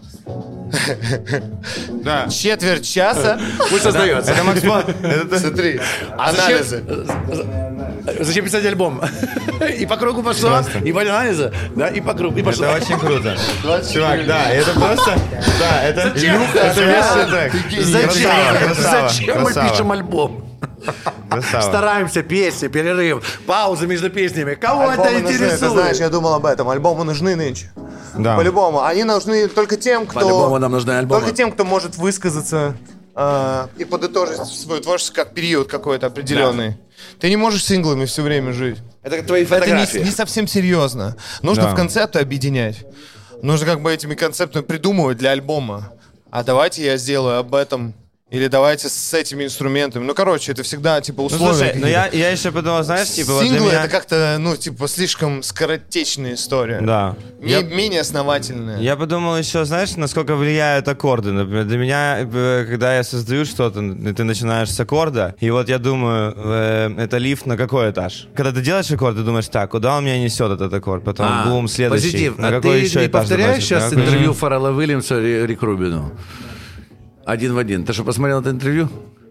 Да. Четверть часа. Пусть создается. Это Макс Бон. Это Смотри, А зачем- анализы. Зачем писать альбом? И по кругу пошло, ебать анализы, да, и по кругу, и пошло. это очень круто. Чувак, да, это просто... Да, это... Зачем? Это весь трек. Зачем? Красава, красава, Зачем мы красава. пишем альбом? Красава. Стараемся, песни, перерыв, паузы между песнями. Кого это Альбомы нужны, ты знаешь, интересует? я думал об этом. Альбомы нужны нынче. Да. По-любому. Они нужны только тем, кто... По-любому нам нужны альбомы. Только тем, кто может высказаться э, и подытожить свое творчество как период какой-то определенный. Ты не можешь синглами все время жить. Это как твои Это фотографии. не, не совсем серьезно. Нужно Да. в концепты объединять. Нужно как бы этими концептами придумывать для альбома. А давайте я сделаю об этом. Или давайте с этими инструментами. Ну, короче, это всегда, типа, Ну, условия. слушай, ну я, какие-то. я еще подумал, знаешь, типа, вот для Синглы меня... это как-то, ну, типа, слишком скоротечная история. Да. Не- Я- Менее основательная. Я подумал еще, знаешь, насколько влияют аккорды. Например, для меня, э, когда я создаю что-то, и ты начинаешь с аккорда, и вот я думаю, э, это лифт на какой этаж? Когда ты делаешь аккорд, ты думаешь, так, куда он меня несет этот аккорд? Потом, А, бум, следующий. Позитив. На А какой ты еще не этаж повторяешь заносит? сейчас На какой- интервью Фаррелла Уильямса Ри- Рик Рубину? Один в один. Ты что, посмотрел это интервью?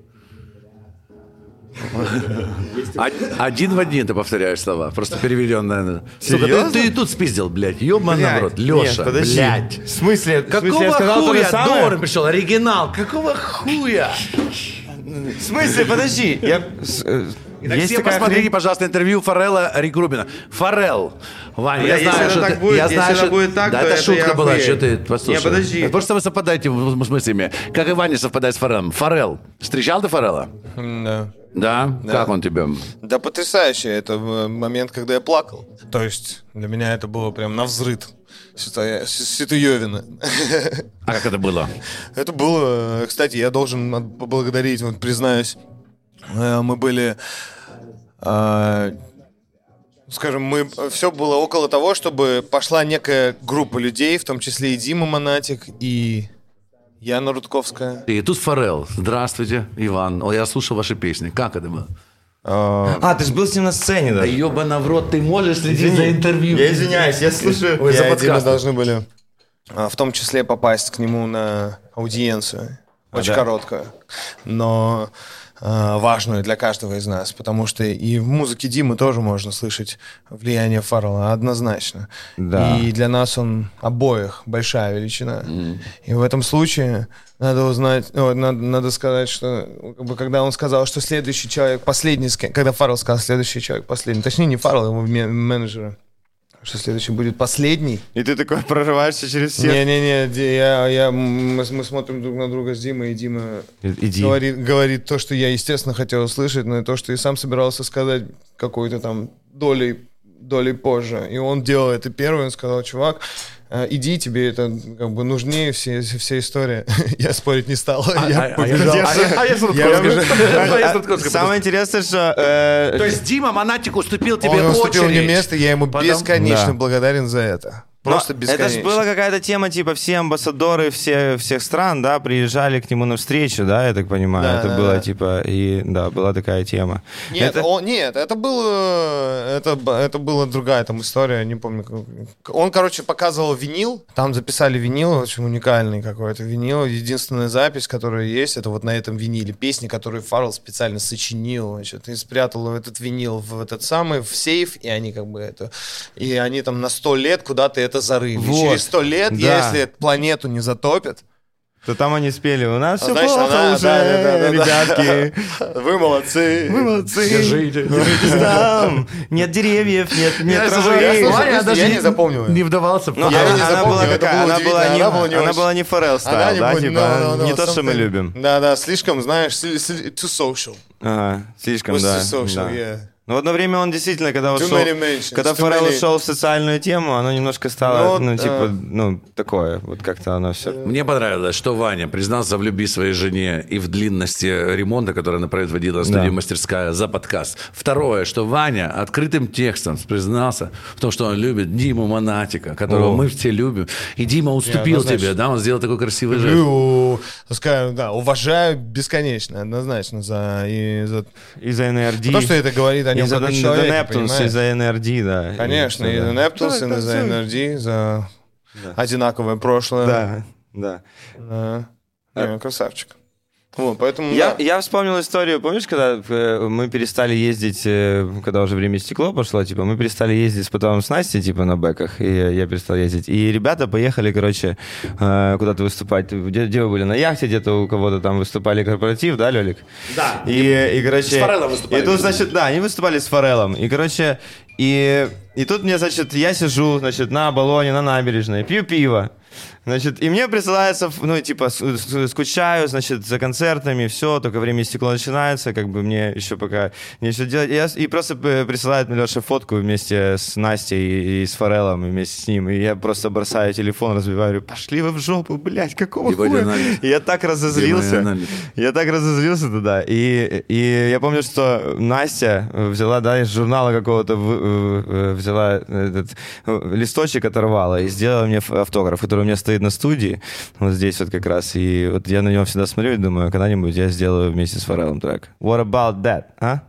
Од- Один в один ты повторяешь слова, просто переведенное. Сука, ты, Серьезно? ты и тут спиздил, блядь, ёбаный Блядь, рот, нет, Леша, подожди. блядь. В смысле? В смысле, Какого я сказал то же хуя самое? Дорн пришел, оригинал, какого хуя? В смысле, подожди. Я... с- э, Итак, Есть все такая посмотрите, хрень- пожалуйста, интервью Фаррелла Рик Рубина. Фаррелл, Ваня, Бля, я если знаю, это что так ты... будет, я если знаю, это что... будет так, да, то это это шутка я была, охуею. что ты послушал. Не, подожди. Это просто вы совпадаете в- в- с мыслями. Как и Ваня совпадает с Фарреллом. Фаррелл, встречал ты Фаррелла? Да. Да? Как он тебе? Да, потрясающе. Это э, момент, когда я плакал. То есть для меня это было прям навзрыд. Святая- с- Святоёвина. А как это было? Это было... э, Кстати, я должен от- поблагодарить, вот признаюсь. Э, Мы были... э, Скажем, мы все было около того, чтобы пошла некая группа людей, в том числе и Дима Монатик, и Яна Рудковская. И тут Фаррелл. Здравствуйте, Иван. О, я слушал ваши песни. Как это было? А, А, ты же был с ним на сцене Да даже. ебана в рот, ты можешь следить Извини. за интервью? Я извиняюсь, я слушаю. Ой, за Я и Дима подкастом. должны были а, в том числе попасть к нему на аудиенцию. Очень да? короткую, но а, важную для каждого из нас, потому что и в музыке Димы тоже можно слышать влияние Фаррелла однозначно. Да. И для нас он обоих большая величина. И в этом случае надо узнать, о, надо, надо сказать, что как бы, когда он сказал, что следующий человек последний, с кем- когда Фаррелл сказал следующий человек последний, точнее не Фаррелл, его ме- менеджера, что следующий будет последний. И ты такой прорываешься через всех. Не-не-не, Ди- я, я, мы, мы смотрим друг на друга с Димой, и Дима Иди. говорит, говорит то, что я, естественно, хотел услышать, но и то, что и сам собирался сказать какой-то там долей, долей позже. И он делал это первый, он сказал: чувак, э, иди, тебе это как бы нужнее все, вся история. Я спорить не стал, я а я- побежал. а я- а я Суртков Я скажу. побежал. А я Суртков скажу. Самое интересное, что... э, То есть Дима Монатик уступил тебе Он уступил мне очередь. место, я ему Потом- бесконечно Да. благодарен за это. Но Просто это бесконечно. же была какая-то тема, типа, все амбассадоры все, всех стран, да, приезжали к нему на встречу, да, я так понимаю. Да, это да, было, да. типа, и, да, была такая тема. Нет, это... он, нет, это было, это, б- это была другая там история, не помню. как- Он, короче, показывал винил, там записали винил, очень уникальный какой-то винил. Единственная запись, которая есть, это вот на этом виниле. Песни, которые Фаррелл специально сочинил, значит, и спрятал этот винил в этот самый, в сейф, и они как бы это, и они там на сто лет куда-то это зарыли. Вот. И через сто лет, Да. если планету не затопят, То там они спели, у нас все значит, плохо она- уже, да, да, да, да, ребятки. вы молодцы. Вы молодцы. Держите. Держитесь там. Нет деревьев, нет, нет Я травы. слушаю, я слушаю, Ваня я даже даже не запомнил её. Не вдавался в Ну, Я она, не она запомнил, была это какая? было Она была удивительно, не, она была не она очень. была не Форелл стайл, Она не да? будет, Типа, no, no, no, не то, что мы something- любим. Да, да, слишком, знаешь, сли- сли- too social. Ага, слишком, Was да. too social, да. yeah. Но в одно время он действительно, когда Too ушел, many mentions, когда too Форелл many- ушел в социальную тему, оно немножко стало, Ну, ну, да. типа, ну, такое, вот как-то оно все. Мне понравилось, что Ваня признался в любви своей жене и в длинности ремонта, который она производила в студии Да. «Мастерская» за подкаст. Второе, что Ваня открытым текстом признался в том, что он любит Диму Монатика, которого О. мы все любим. И Дима уступил однозначно. тебе, да, он сделал такой красивый жест. Люблю, скажем, да, уважаю бесконечно, однозначно, за, и за Из-за эн эр ди. то, что это говорит о нем из-за как о The человеке, Neptunes, понимаешь? из-за эн эр ди, да. Конечно, и да. за Neptunes, и Да, за да, эн эр ди, за одинаковое прошлое. Да, да. Да. Не, красавчик. Вот, поэтому, Я, да. я вспомнил историю, помнишь, когда э, мы перестали ездить, э, когда уже время стекло пошло, типа, мы перестали ездить потом с Настей, типа, на бэках, и я, я перестал ездить. И ребята поехали, короче, э, куда-то выступать. Где, где вы были? На яхте где-то у кого-то там выступали корпоратив, да, Лёлик? Да. И, и, короче... С Фореллом выступали. И тут, значит, да, они выступали с Фореллом. И, короче, и, и тут мне, значит, я сижу, значит, на баллоне, на набережной, пью пиво. Значит, и мне присылается, ну, типа, с- с- скучаю, значит, за концертами, все, только время и стекло начинается, как бы мне еще пока нечего делать. И, я, и просто п- присылает мне Леша фотку вместе с Настей и, и с Фореллом, и вместе с ним. И я просто бросаю телефон, разбиваю, говорю, пошли вы в жопу, блядь, какого Дима хуя? Динамит. И я так Дима разозлился. Динамит. Я так разозлился туда. И, и я помню, что Настя взяла, да, из журнала какого-то, в- э, взяла этот э, листочек, оторвала и сделала мне ф- автограф, который у меня стоит на студии, вот здесь вот как раз. И вот я на него всегда смотрю и думаю, когда-нибудь я сделаю вместе с Фореллом трек. What about that, а?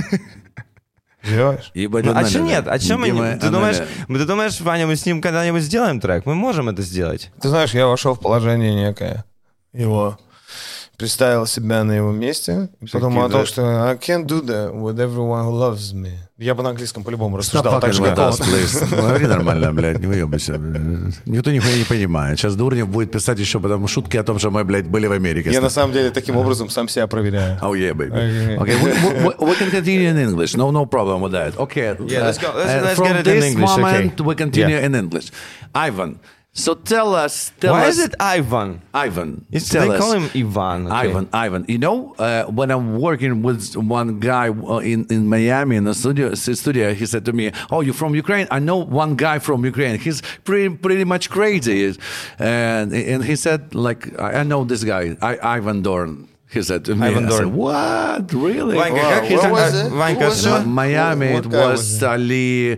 Делаешь? Ибо Ну, а Дима что Аналя. нет? А что мы Дима не... Ты думаешь, Аналя. ты думаешь, Ваня, мы с ним когда-нибудь сделаем трек? Мы можем это сделать. Ты знаешь, я вошел в положение некое его, представил себя на его месте, и подумал о том, что I can't do that with everyone who loves me. Я бы на английском по-любому Stop рассуждал так fucking же, with как us, он. please. Говори нормально, блядь, не выебайся. Никто нихуя не понимает. Сейчас Дурнев будет писать еще потому шутки о том, что мы, блядь, были в Америке. Я на самом деле таким образом сам себя проверяю. Oh yeah, baby. Okay. Okay, we, we, we can continue in English. No, no problem with that. Okay. Yeah, let's go. Let's- uh, let's from get it in this English, okay. moment, we continue Yeah. in English. Ivan, so tell us, tell Why us, is it Ivan? Ivan? It's, tell they us. call him Ivan. okay. Ivan, Ivan. You know, uh, when I'm working with one guy uh, in, in Miami in the studio, s- studio, he said to me, "Oh, you're from Ukraine? I know one guy from Ukraine. He's pretty pretty much crazy." And and he said, like, I, I know this guy, I, Ivan Dorn. He said to me, Ivan I said, Dorn. what? Really? Ванька, Wow, как where he's- was uh, it? Ванька, Who was что? it? Miami, What it guy was was it? Ali.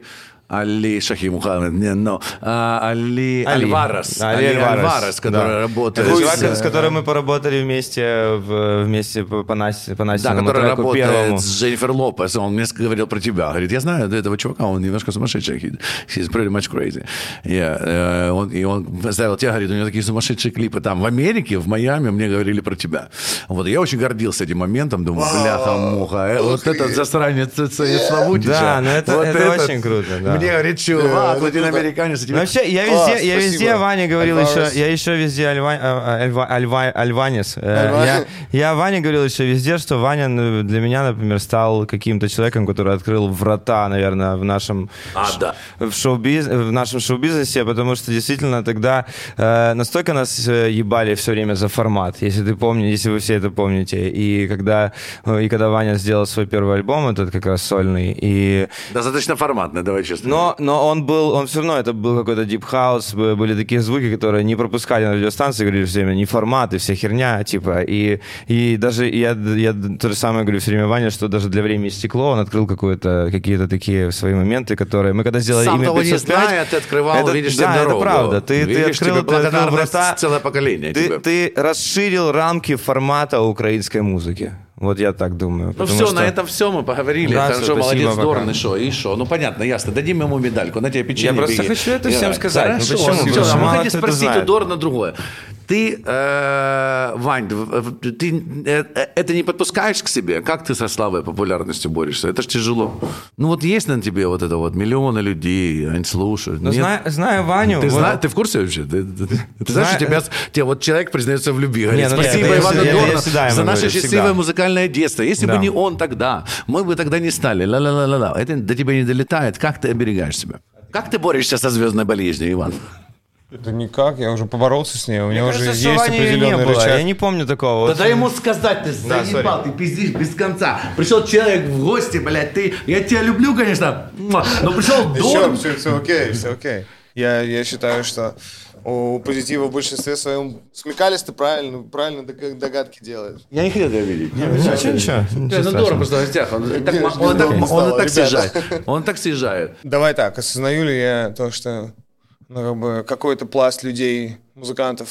Али Шахи Мухаммед, не, но а, Али, Али. Альварес, Али Али Альварес, Альварес, который да. работает, Это с- чувак, с которым мы поработали вместе, в- вместе по, по Насте, по да, Настиному который треку работает первому. с Дженнифер Лопес. Он мне говорил про тебя. Говорит, я знаю этого чувака, он немножко сумасшедший. He- He's pretty much crazy. Yeah. э, он, и он поставил тебя, говорит, у него такие сумасшедшие клипы. Там в Америке, в Майами мне говорили про тебя. Вот я очень гордился этим моментом. Думаю, бляха-муха. э, Вот этот засранец Славутича. Да, ну это- вот это этот. очень круто, да. Мне говорит, чувак, латиноамериканец. Ну, вообще, я Класс, везде, я спасибо. везде Ване говорил Альварес. еще, я еще везде Альва, а, Альва- Альва- Альванес. Э, Альва- Я, я Ване говорил еще везде, что Ваня ну, для меня, например, стал каким-то человеком, который открыл врата, наверное, в нашем А, да. в, шоу-биз, в нашем шоу-бизнесе, потому что действительно тогда э, настолько нас э, ебали все время за формат, если ты помнишь, если вы все это помните. И когда, э, и когда Ваня сделал свой первый альбом, этот как раз сольный, и Достаточно форматный, давай честно. но, но он был, он все равно, это был какой-то deep house, б- были такие звуки, которые не пропускали на радиостанции, говорили все время, не формат и вся херня, типа, и, и даже я, я то же самое говорю все время Ване, что даже для «Времени и стекло» он открыл какое-то, какие-то такие свои моменты, которые мы когда сделали Сам имя того не пятьсот пять, зная, ты открывал, это- видишь, да, себе дорогу. это правда, ты, ты Видишь, открыл, тебе ты открыл благодарность врата, целое поколение ты, тебе. ты расширил рамки формата украинской музыки. Вот я так думаю. Ну потому все, что- на этом все мы поговорили. Да, Хорошо, всё, спасибо, молодец, пока. здорово, что, и что? Ну понятно, ясно, дадим ему медальку, на тебе печенье. Я просто беги. хочу это И всем давай. сказать. Ну, Хорошо, почему? всё, Потому что а мы мало хотим кто это спросить знает. у Дорна другое. Ты, э, Вань, в- в- ты э, это не подпускаешь к себе? Как ты со славой и популярностью борешься? Это ж тяжело. Ну вот есть на тебе вот это вот миллионы людей, они слушают. Ну, Нет? знаю, знаю Ваню. Ты, вот- зна- ты в курсе вообще? Ты, ты- ты- ты знаешь, Знаю- что тебя, тебе вот человек признается в любви. Говорит, Не, ну, спасибо, это я Ивану всегда- я Дорну, всегда ему за наше говорю, счастливое всегда. музыкальное детство. Если Да. бы не он тогда, мы бы тогда не стали. Ла-ла-ла-ла-ла. Это до тебя не долетает. Как ты оберегаешь себя? Как ты борешься со звездной болезнью, Иван? Да никак, я уже поборолся с ней, у меня Мне уже кажется, что есть Вани её не определенный было. рычаг. Я не помню такого. Да Вот. дай ему сказать, ты заебал, ты пиздишь без конца. Пришел человек в гости, блядь, ты... Я тебя люблю, конечно, муа, но пришел Еще, Дорн. все, все окей, все окей. Я, я считаю, что у позитива в большинстве своем смекалисто правильно, правильно дог- догадки делает. Я не хотел тебя видеть. Ничего, ничего. ничего Ну, страшного. Дорн просто в гостях. Он так, Не, он, не так, здорово он стало, так ребята. съезжает. Он так съезжает. Давай так, осознаю ли я то, что ну, как бы, какой-то пласт людей, музыкантов,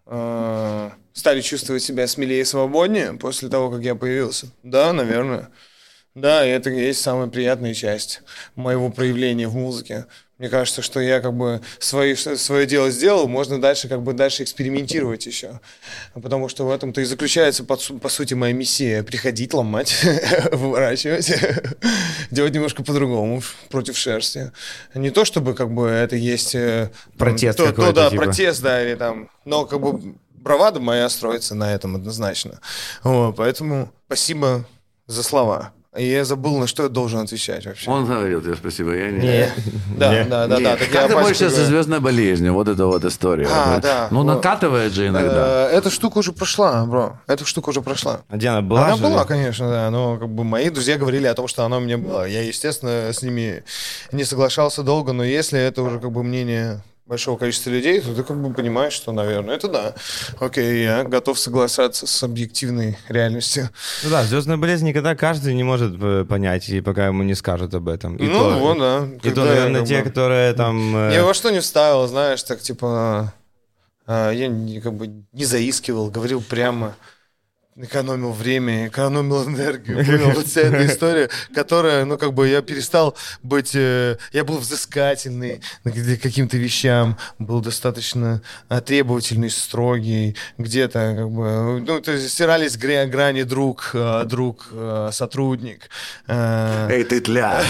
э, стали чувствовать себя смелее и свободнее после того, как я появился? Да, наверное. Да, и это и есть самая приятная часть моего проявления в музыке. Мне кажется, что я как бы свои, свое дело сделал, можно дальше как бы дальше экспериментировать еще. Потому что в этом-то и заключается, по, су- по сути, моя миссия. Приходить, ломать, выворачивать, делать немножко по-другому, против шерсти. Не то, чтобы как бы это есть... э, там, Протест то, то, какой-то, да, типа. протест, да, или там... Но как бы бравада моя строится на этом однозначно. Вот, поэтому спасибо за слова. И я забыл, на что я должен отвечать вообще. Он говорил тебе спасибо, я не... Не. Да, да, да, да. Нет. так я Как ты опять борешься со говорю. звездной болезнью? Вот эта вот история. А, да. Ну, Вот. накатывает же иногда. Э, Эта штука уже прошла, бро. Эта штука уже прошла. А где она была? Она что ли? была, конечно, да, но как бы мои друзья говорили о том, что она у меня была. Я, естественно, с ними не соглашался долго, но если это уже как бы мнение большого количества людей, то ты как бы понимаешь, что, наверное, это да. Окей, я готов соглашаться с объективной реальностью. Ну да, звездная болезнь никогда каждый не может э, понять, и пока ему не скажут об этом. И ну, то, вот, да. И Когда то, я наверное, как те, бы- которые там... э, Я во что не вставил, знаешь, так типа... а, Я не- как бы не заискивал, говорил прямо, экономил время, экономил энергию. Понял, вот вся эта история, которая, ну, как бы я перестал быть... э, Я был взыскательный к каким-то вещам, был достаточно э, требовательный, строгий, где-то, как бы... Ну, то есть стирались гра- грани друг, э, друг, э, сотрудник. э, Эй, ты тля.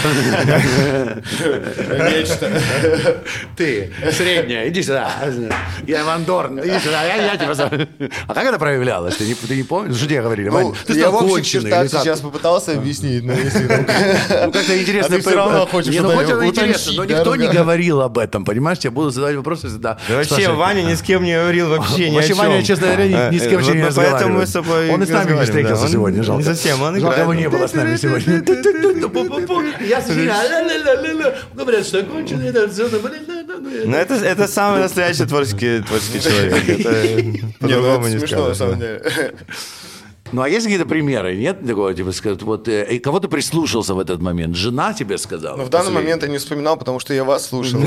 Нечто. Ты, средняя, иди сюда. Я Иван Дорн, иди сюда, я, я тебя зову. А как это проявлялось? Ты не, ты не помнишь? Что тебе говорили? Вань, Ну, ты я стал в общих конченый чертах или как? сейчас попытался объяснить, но если... Ну, как-то интересно. А ты всё равно хочешь Не, ну, что-то хоть оно интересно, утончить, но да, никто не разговор. говорил об этом, понимаешь? Я буду задавать вопросы всегда. Да вообще, Слушай, Ваня ни с кем не говорил вообще ни о Вообще, чем. Ваня, честно говоря, ни, ни с кем Э, вообще не вот поэтому разговаривает. мы с тобой Он и с нами не разговариваем, встретился да. Он сегодня, жалко. не совсем, он Жалко, играет. его не было с нами сегодня. Я сижу, ля-ля-ля-ля-ля. Говорят, что я конченый, это все. Ну, это, это самый настоящий творческий, творческий человек. Это Не, ну по-другому это не смешно, на скажешь. самом да. деле. Ну, а есть какие-то примеры? Нет такого, типа, сказать, вот, э, и кого ты прислушался в этот момент? Жена тебе сказала? Но в данный Последний? момент я не вспоминал, потому что я вас слушал.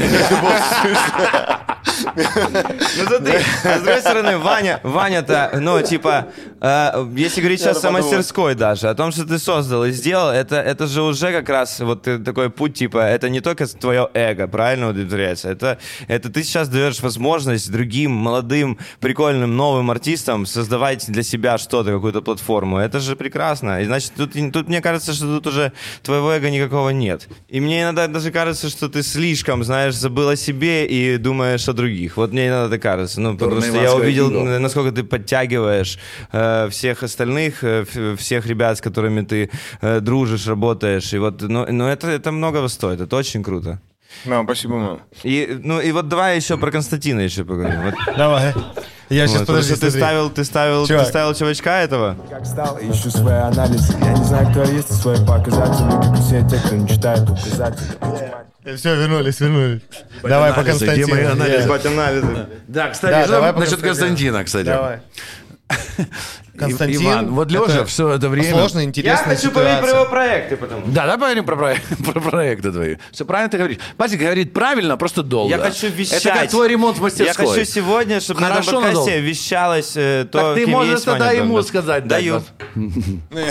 Ну смотри, а с другой стороны, Ваня, Ваня-то, ну, типа, э, если говорить сейчас о мастерской даже, о том, что ты создал и сделал, это, это же уже как раз вот такой путь, типа, это не только твое эго, правильно удовлетворяется, это, это ты сейчас даешь возможность другим молодым, прикольным, новым артистам создавать для себя что-то, какую-то платформу. Это же прекрасно. И значит, тут, тут мне кажется, что тут уже твоего эго никакого нет. И мне иногда даже кажется, что ты слишком, знаешь, забыл о себе и думаешь о других. Вот мне иногда так кажется. Ну, потому что я увидел, насколько ты подтягиваешь э, всех остальных, э, всех ребят, с которыми ты э, дружишь, работаешь. И вот, ну, ну это, это многого стоит. Это очень круто. Мам, спасибо, мам. И, ну, и вот давай еще про Константина еще поговорим. Вот. Давай. Я сейчас, Вот, подожди, потому что ты ставил, ты ставил, ты Чувак. ставил чувачка этого. Как стал, ищу свои анализы. Я не знаю, кто я есть, и свои показатели. Как и все те, кто не читает указатели. Все, вернулись, вернулись. Давай по анализы, где мои Константину. анализы? Я- Ебать, анализы. Да, кстати, Да, что давай по насчет Константину. Константина, кстати. Давай. Константин. Иван, вот Лёша это все это время... Сложно, Я интересная хочу поговорить про ситуация. его проекты потом. Да, давай поговорим про, проект, про проекты твои. Все правильно ты говоришь. Патик говорит правильно, просто долго. Я хочу вещать. Это как твой ремонт в Я мастерской. хочу сегодня, чтобы на этом Хорошо, подкасте надолго. вещалось э, то, Так ты кем можешь есть тогда Ваня ему Донда. сказать. да, Даю. да.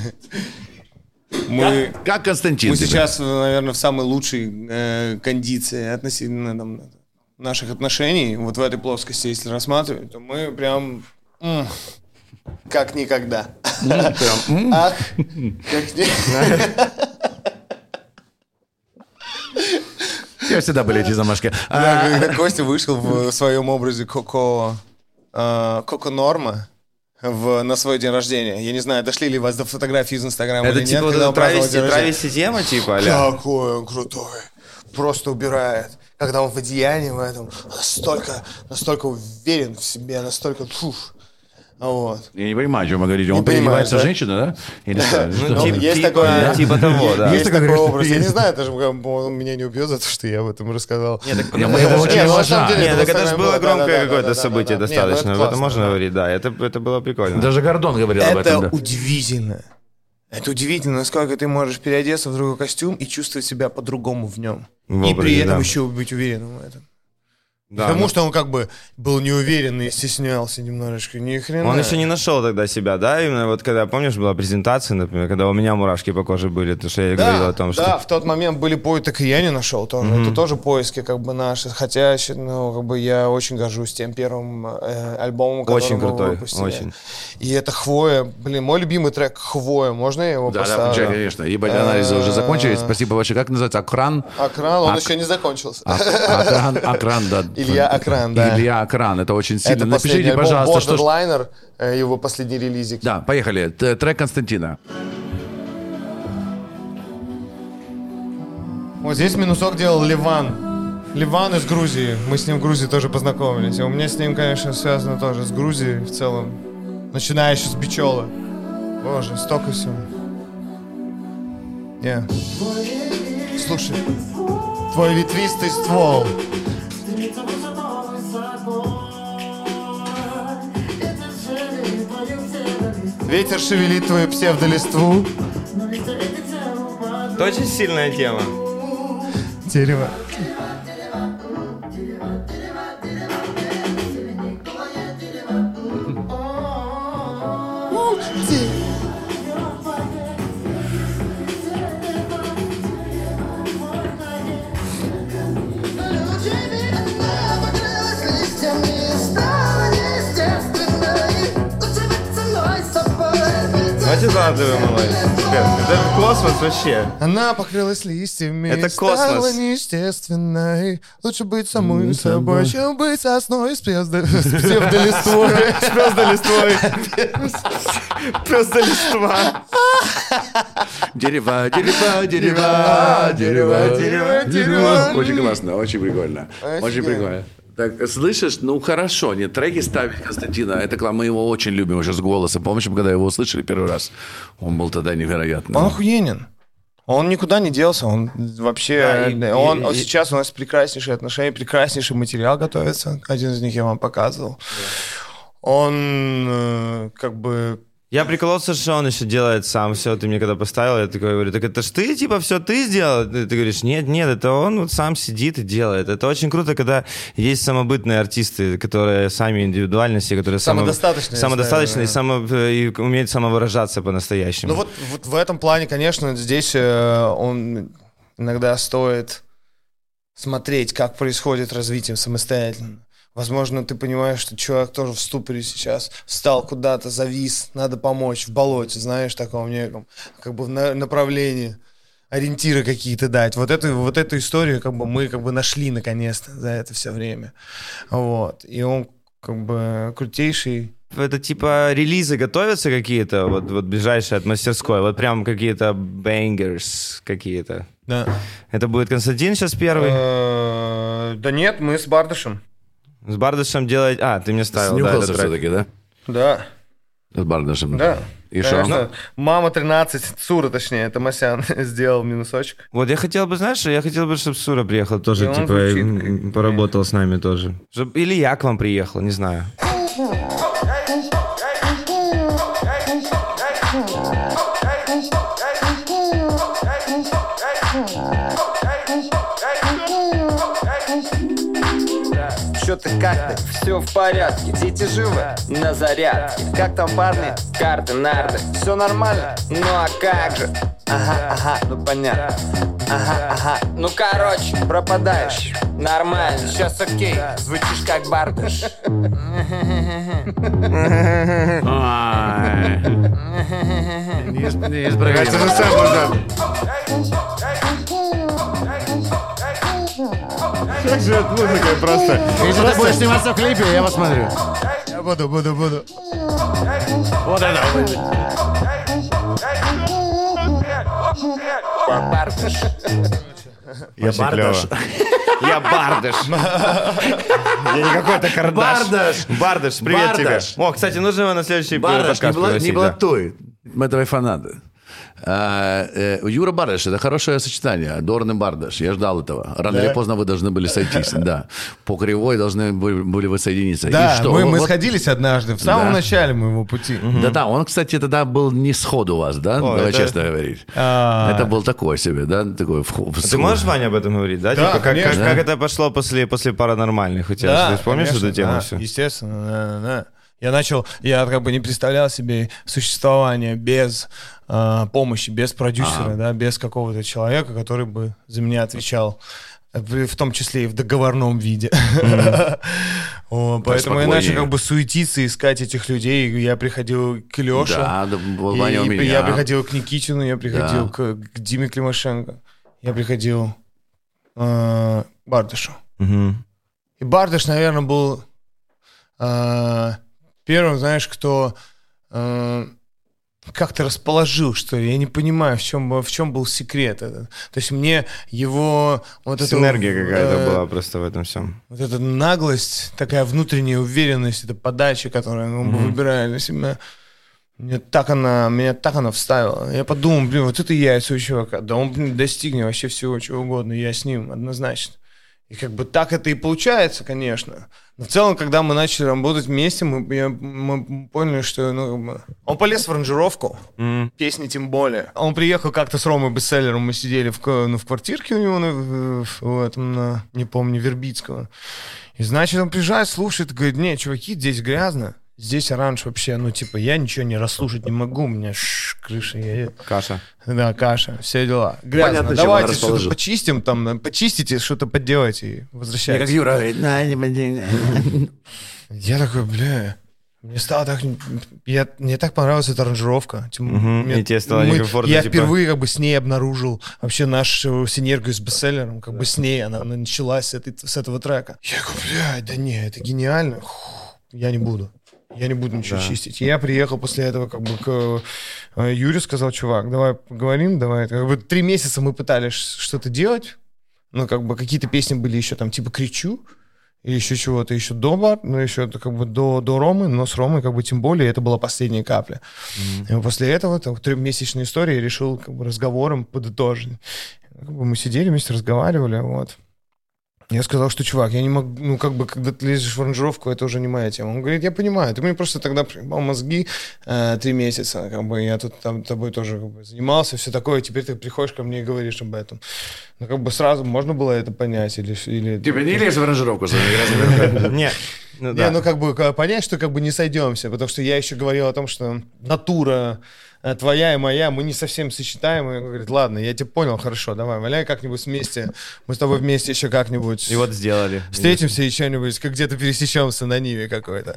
Мы, Как Константин мы тебе? сейчас, наверное, в самой лучшей э, кондиции относительно там, наших отношений, вот в этой плоскости, если рассматривать, то мы прям... м, Как никогда. Прям, Ах, как ни- Я всегда были эти замашки. А, Да, когда Костя вышел в своем образе Коко, э, Коко Норма в, на свой день рождения. Я не знаю, дошли ли вас до фотографии из Инстаграма Это или типа нет, вот когда эта он праздновал травести, день рождения. травести тема, типа, аля. Какой он крутой. Просто убирает. Когда он в одеянии в этом, настолько, настолько уверен в себе, настолько... Фух. Вот. Я не понимаю, о чем вы говорите. Он Не понимаешь, переодевается да? женщина, да? Или что? Ну, Что? типа, есть типа, такое, да? типа того, да. Есть такой, такой конечно, образ. Я есть. не знаю, даже он меня не убьет за то, что я об этом рассказал. Нет, так, Я- мы его очень Не, ну, на уважаем. самом деле, Нет, в так это же Инстаграме было было, громкое да-да-да, какое-то да-да-да. событие Не, ну, это достаточно. Об этом классно, можно да. говорить, да. Это, это было прикольно. Даже Гордон говорил об Это этом. да. удивительно. Это удивительно, насколько ты можешь переодеться в другой костюм и чувствовать себя по-другому в нем. В и образе, при этом да. еще быть уверенным в этом. Да, Потому ну, что он как бы был неуверенный, стеснялся немножечко. Ни хрена. Он еще не нашел тогда себя, да? Именно вот когда, помнишь, была презентация, например, когда у меня мурашки по коже были, то что я Да, говорил о том, что... да, в тот момент были поиски, так и я не нашел тоже. Мгм. Это тоже поиски как бы наши. Хотя, щ- ну, как бы я очень горжусь тем первым э, альбомом, который Очень мы крутой, выпустили. очень. И это «Хвоя». Блин, мой любимый трек «Хвоя». Можно я его Да, да, поставлю? включай, конечно. Ебать, анализы уже закончились. Спасибо большое. Как называется? Акран? Акран, он Ак- еще не закончился. А- Акран, Акран, да. Илья Акран, да. Илья Акран, это очень сильно. Это последний Напишите, альбом пожалуйста, что... ж- Borderliner, э, его последний релизик. Да, поехали. Т- Трек Константина. Вот здесь минусок делал Ливан. Ливан из Грузии. Мы с ним в Грузии тоже познакомились. И у меня с ним, конечно, связано тоже с Грузией в целом. Начиная еще с Бичола. Боже, столько всего. Не. Слушай. Твой ветвистый ствол. Ветер шевелит твою псевдолиству. Это очень сильная тема. Дерево. Очень талантливый малой. Это космос вообще. Она покрылась листьями. Это Стала космос. неестественной. Лучше быть самой собой, чем быть сосной с псевдо- с псевдолиствой. С псевдолиствой. Псевдолиства. Дерево, дерево, дерево, дерево, дерево, дерево. Очень классно, очень прикольно. Очень Офигенно. прикольно. Так, слышишь? Ну, хорошо. Нет, треки ставить Константина. Это классно. Мы его очень любим еще с голосом. Помнишь, когда его услышали первый раз? Он был тогда невероятный. Он охуенен. Он никуда не делся, он вообще... Да, и- он, и- он и- сейчас у нас прекраснейшие отношения, прекраснейший материал готовится. Один из них я вам показывал. Он э, как бы... Я прикололся, что он еще делает сам все. Ты мне когда поставил, я такой говорю, так это ж ты, типа, все ты сделал? Ты, ты говоришь, нет, нет, это он вот сам сидит и делает. Это очень круто, когда есть самобытные артисты, которые сами индивидуальности, которые Самодостаточные, самодостаточные я и, само, и умеют самовыражаться по-настоящему. Ну вот, вот в этом плане, конечно, здесь э, он иногда стоит смотреть, как происходит развитие самостоятельно. Возможно, ты понимаешь, что человек тоже в ступоре сейчас, встал куда-то, завис, надо помочь, в болоте, знаешь, таком неком, как бы в на- направлении, ориентиры какие-то дать. Вот эту, вот эту историю как бы мы как бы нашли наконец-то за это все время. Вот. И он как бы крутейший. Это типа релизы готовятся какие-то, вот, вот ближайшие от мастерской, вот прям какие-то бэнгерс какие-то. Да. Это будет Константин сейчас первый? Э, Да нет, мы с Бардашем. С Бардашем делать... А, ты мне ставил, да, Снюхался этот трек. все-таки, да? Да. С Бардашем. Да. И Конечно. что? Мама тринадцать, Сура, точнее, это Масян сделал минусочек. Вот я хотел бы, знаешь, я хотел бы, чтобы Сура приехал тоже, И он типа, звучит м, как- поработал с нами тоже. Чтоб- Или я к вам приехал, не знаю. Чё ты, как ты? Все в порядке, дети живы, на зарядке. Как там, парни? Карты, нарды, все нормально? Ну а как же? Ага, ага, ну понятно. Ага, ага, ну короче, пропадаешь. Нормально, сейчас окей, звучишь как Бардаш. Ай. Не- неисправимо. Это же сэмпл, да. Как же это музыка просто. Если ты будешь сниматься в клипе, я посмотрю. Я буду, буду, буду. Вот это. Бардаш. Я Очень Бардаш. клёво. Я Бардаш. Я не какой-то Кардаш. Бардаш. Бардаш, привет Бардаш. тебе. О, кстати, нужно его на следующий Бардаш, подкаст не, бла- не пригласить, да. блатуй. Мы твои фанаты. А, э, Юра Бардаш — это хорошее сочетание. Дорн и Бардаш. Я ждал этого. Рано или поздно вы должны были сойтись. Да. По кривой должны были, были вы соединиться. Да, И что? мы, мы Вот- сходились однажды, в самом Да. начале моего пути. Да-да, он, кстати, тогда был не сходу у вас, да? О, Давай это- честно говорить. А. Это был такой себе, да? Такой в, в- А ты можешь, Ваня, об этом говорить, да? Да, Типа, как, как, конечно. как это пошло после, после паранормальных у тебя? Ты помнишь конечно, эту тему да, всю? естественно, да, да. Я начал, я как бы не представлял себе существование без э, помощи, без продюсера, да, без какого-то человека, который бы за меня отвечал, э, в в том числе и в договорном виде. О, Поэтому я Поспокойнее. начал как бы суетиться, искать этих людей. Я приходил к Леше, Да, да, был и- Ваня у и меня. я приходил к Никитину, я приходил Да. к, к Диме Климашенко, я приходил э, к Бардышу. Мгм. И Бардаш, наверное, был э, первым, знаешь, кто э, как-то расположил, что ли. Я не понимаю, в чем, в чем был секрет этот. То есть мне его... Вот эта, Синергия какая-то э, была просто в этом всем. Вот эта наглость, такая внутренняя уверенность, эта подача, которую мы Мгм. выбирали для себя. Мне так она, меня так она вставила. Я подумал, блин, вот это яйца у чувака. Да он, блин, достигнет вообще всего, чего угодно. Я с ним однозначно. И как бы так это и получается, конечно. Но в целом, когда мы начали работать вместе, мы, я- мы поняли, что ну, как бы, он полез в аранжировку, М. песни тем более. Он приехал как-то с Ромой Бестселлером, мы сидели в, ка- ну, в квартирке у него, на, в, в этом, на, не помню, Вербицкого. И значит, он приезжает, слушает, и говорит, не, чуваки, здесь грязно. Здесь оранж вообще, ну, типа, я ничего не расслушать не могу, у меня ш, крыша едет. Каша. Да, каша, все дела. Грязно. Понятно, чем он Давайте что-то расположил. почистим, там, почистите, что-то подделайте и Я как возвращайтесь. Юра говорит, «На, не поди». Я такой, бля, мне стало так... Я, мне так понравилась эта аранжировка. Тем- Мгм, мне- и тебе стало некомфортно, Я типа? впервые как бы с ней обнаружил вообще нашу синергию с бестселлером. Как бы с ней она, она началась с, этой, с этого трека. Я говорю, блядь, да не, это гениально. Фух, я не буду. Я не буду ничего Да. чистить. И я приехал после этого как бы к э, Юре, сказал, чувак, давай поговорим, давай. Как бы три месяца мы пытались что-то делать. Ну, как бы какие-то песни были еще там типа «Кричу», или еще чего-то еще до бар, ну, еще это как бы до, до Ромы, но с Ромой как бы тем более это была последняя капля. И после этого, там, трехмесячной истории, я решил как бы разговором подытожить. Как бы мы сидели вместе, разговаривали, вот. Я сказал, что, чувак, я не могу, ну, как бы, когда ты лезешь в аранжировку, это уже не моя тема. Он говорит, я понимаю, ты мне просто тогда приебал мозги э, три месяца, как бы, я тут там тобой тоже как бы, занимался, все такое, теперь ты приходишь ко мне и говоришь об этом. Ну, как бы сразу можно было это понять или... или... Типа не лезь в аранжировку. Нет. Ну, Не, да. ну, как бы, как понять, что как бы не сойдемся, потому что я еще говорил о том, что натура э, твоя и моя, мы не совсем сочетаемы. Он говорит, ладно, я тебя понял, хорошо, давай, валяй как-нибудь вместе, мы с тобой вместе еще как-нибудь И вот сделали. встретимся и что-нибудь, как где-то пересечемся на Ниве какой-то.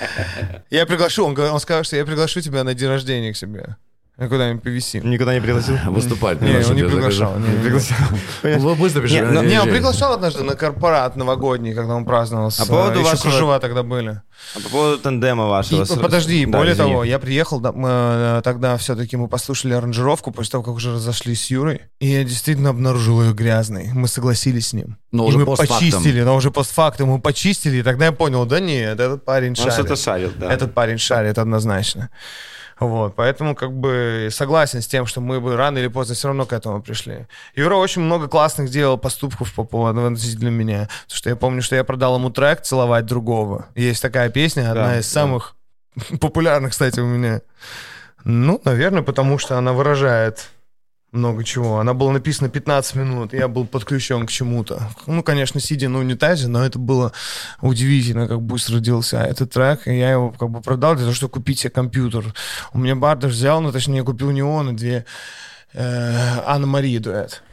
Я приглашу, он, говор- он сказал, что я приглашу тебя на день рождения к себе. Я куда-нибудь повисим. Никуда не пригласил? Выступать. Не, он не приглашал. не, не, не. Вы выступишь. Не, ну, Не, он приглашал однажды на корпорат новогодний, когда он праздновал. с- А по поводу еще вашего- кружева тогда были. А по поводу тандема вашего... И, с- подожди, Да, более извини. того, я приехал, да, мы, э, тогда все-таки мы послушали аранжировку после того, как уже разошлись с Юрой, и я действительно обнаружил ее грязной. Мы согласились с ним. Но и уже мы постфактум. почистили, но уже постфактум мы почистили, и тогда я понял, да нет, этот парень Он шарит. что-то шарит, да. Этот парень шарит однозначно. Вот, поэтому как бы согласен с тем, что мы бы рано или поздно все равно к этому пришли. Юра очень много классных делал поступков по поводу относительно меня. Потому что я помню, что я продал ему трек «Целовать другого». Есть такая песня, одна Да, из самых популярных, кстати, у меня. Ну, наверное, потому что она выражает много чего. Она была написана пятнадцать минут, и я был подключен к чему-то. Ну, конечно, сидя на унитазе, но это было удивительно, как быстро родился этот трек. И я его как бы продал для того, чтобы купить себе компьютер. У меня Бардаш взял, ну, точнее, я купил не он, а две э, Анна-Мария дуэт.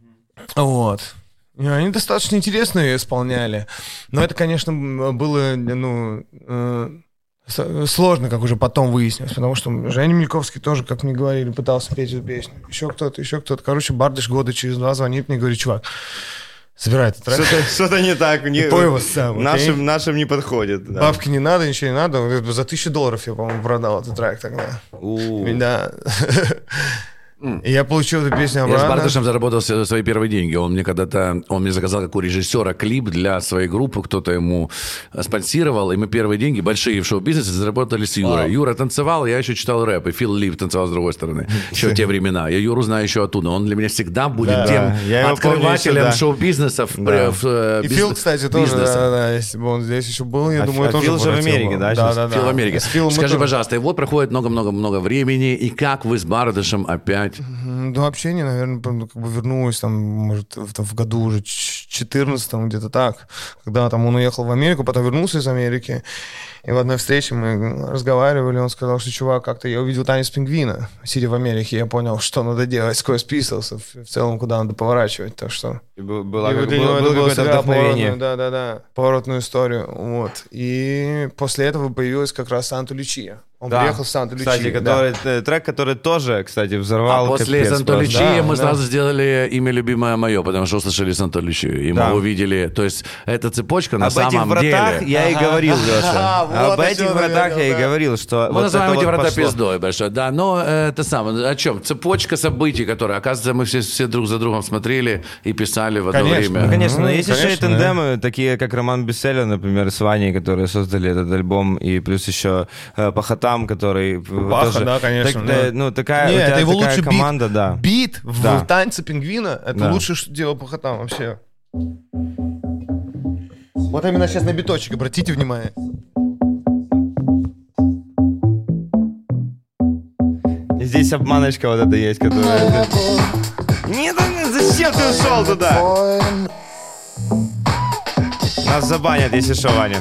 Вот. И они достаточно интересно исполняли. Но это, конечно, было, ну... э, С- Сложно, как уже потом выяснилось, потому что Женя Мельковский тоже, как мне говорили, пытался петь эту песню. Еще кто-то, еще кто-то. Короче, Бардаш года через два звонит мне и говорит, чувак, собирай этот трек. Что-то, что-то не так. Не, пой его сам, окей? нашим, нашим не подходит. Да. Бабки не надо, ничего не надо. Он говорит, за тысячу долларов я, по-моему, продал этот трек тогда. У. Да. И я получил эту песню Я с обратно. Бардашем заработал с- свои первые деньги. Он мне когда-то, он мне заказал как у режиссера клип для своей группы, кто-то ему спонсировал, и мы первые деньги, большие в шоу-бизнесе, заработали с Юрой. Юра танцевал, я еще читал рэп, и Фил Лив танцевал с другой стороны. Еще в те времена. Я Юру знаю еще оттуда. Он для меня всегда будет Да. тем Я его помню открывателем еще, да. шоу-бизнеса. в- Да. в, э, И биз- Фил, кстати, тоже, бизнеса. да, да, если бы он здесь еще был, я А думаю, Фи- а тоже Фил же в обратил Америке, бы. да, Да, сейчас? да, да. Фил в Америке. С Филом мы Скажи, тоже- пожалуйста, и вот проходит много-много-много времени, и как вы с Бардашем опять... Ну, общение, наверное, ну, как бы вернулось, там, может, в, в году уже четырнадцатом, где-то так, когда там он уехал в Америку, потом вернулся из Америки, и в одной встрече мы разговаривали, он сказал, что, чувак, как-то я увидел танец пингвина, сидя в Америке, я понял, что надо делать с Quest Pistols, в целом, куда надо поворачивать, так что... И был- Была, И как- для было, него это было было какое-то всегда вдохновение. поворотную, да, да, да, поворотную историю, вот. И после этого появилась как раз Санта-Лючия. Он Да. приехал в Санта-Лючию. Кстати, который, э, трек, который тоже, кстати, взорвал А после капец Санта-Лючии просто. Да, мы да. сразу сделали «Имя любимое мое», потому что услышали Санта-Лючию. И Да. мы увидели... То есть эта цепочка на Об этих самом вратах деле... я и говорил, Леша. Вот Об о этих чем я вратах говорил, я и да. говорил, что Мы вот называем это эти вот врата пошло. пиздой большой, да. Но э, это самое, о чем? Цепочка событий, которые, оказывается, мы все, все друг за другом смотрели и писали в одно Конечно. Ну, время. конечно, но Мгм, есть еще и конечно, тандемы, такие как Роман Бестселлер, например, с Ваней, которые создали этот альбом, и плюс еще э, Пахатам, который э, Паха, тоже... да, конечно, так, да. э, ну, такая, Не, у тебя это его такая лучший команда, бит. да. Бит в, Да. в танце пингвина — это Да. лучшее, что делал Пахатам вообще. Вот именно сейчас на биточек, обратите внимание. И здесь обманочка вот эта есть, которая... Нет, нет, зачем ты ушел туда? Нас забанят, если что, Ваня.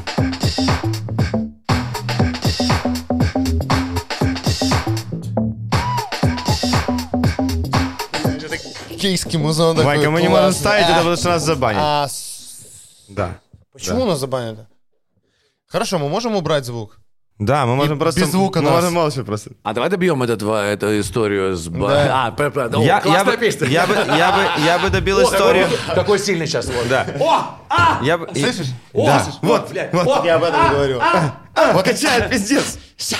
Кейский музон такой. Ванька, мы не можем классный. ставить это, А, потому что нас забанят. а, с- Да. Почему нас забанят? Хорошо, мы можем убрать звук? Да, мы можем И просто... без звука мы нас. можем молча просто. А давай добьем этот, ва- эту историю с... ба- Да. А, пр- пр- о, Я, я, классная бы, песня. я, бы, я, бы, я бы добил О, историю... Какой, какой сильный сейчас. Вот. Да. О! А! Я бы... Слышишь? Да. Вот, блядь. О! Я об этом говорю. Вот качает, пиздец.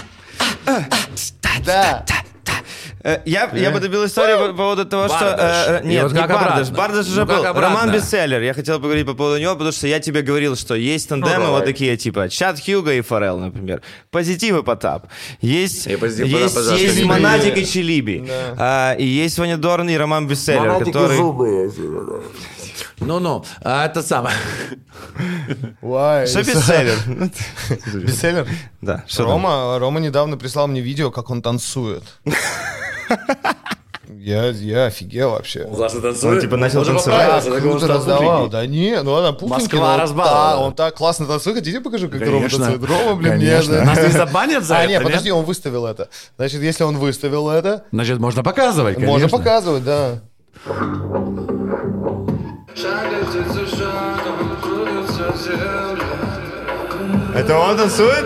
Да. Э, Я, я бы добил историю по поводу того, что... Бардаш. э, э, И Нет, вот не как Бардаш. обратно? Бардаш уже Ну, как был. обратно? Роман Бестселлер. Я хотел поговорить по поводу него, потому что я тебе говорил, что есть тандемы давай. вот такие, типа Чад Хьюго и Форелл, например. Позитив и Потап. Есть, И Позитив и Потап, есть, пожалуйста, есть не Монатик бери. и Челиби. А, и есть Ваня Дорн и Роман Бестселлер, который... Ну-ну, а это самое. Why? Что бестселлер? Бестселлер? Да. Что там? Рома, Рома недавно прислал мне видео, как он танцует. Я, я офигел вообще. Классно танцует. Он типа начал Он же танцевать. поправился, Да, так он круто стал раздавал. пухленький. Да не, ну она пухленький. Москва но разбаловала. да, он так классно танцует. Хотите, покажу, как Рома Конечно. танцует? Рома, блин, Конечно. мне... Нас не забанят за А, это, нет, нет? подожди, он выставил это. Значит, если он выставил это, Значит, можно показывать, конечно. можно показывать, да. Это он танцует?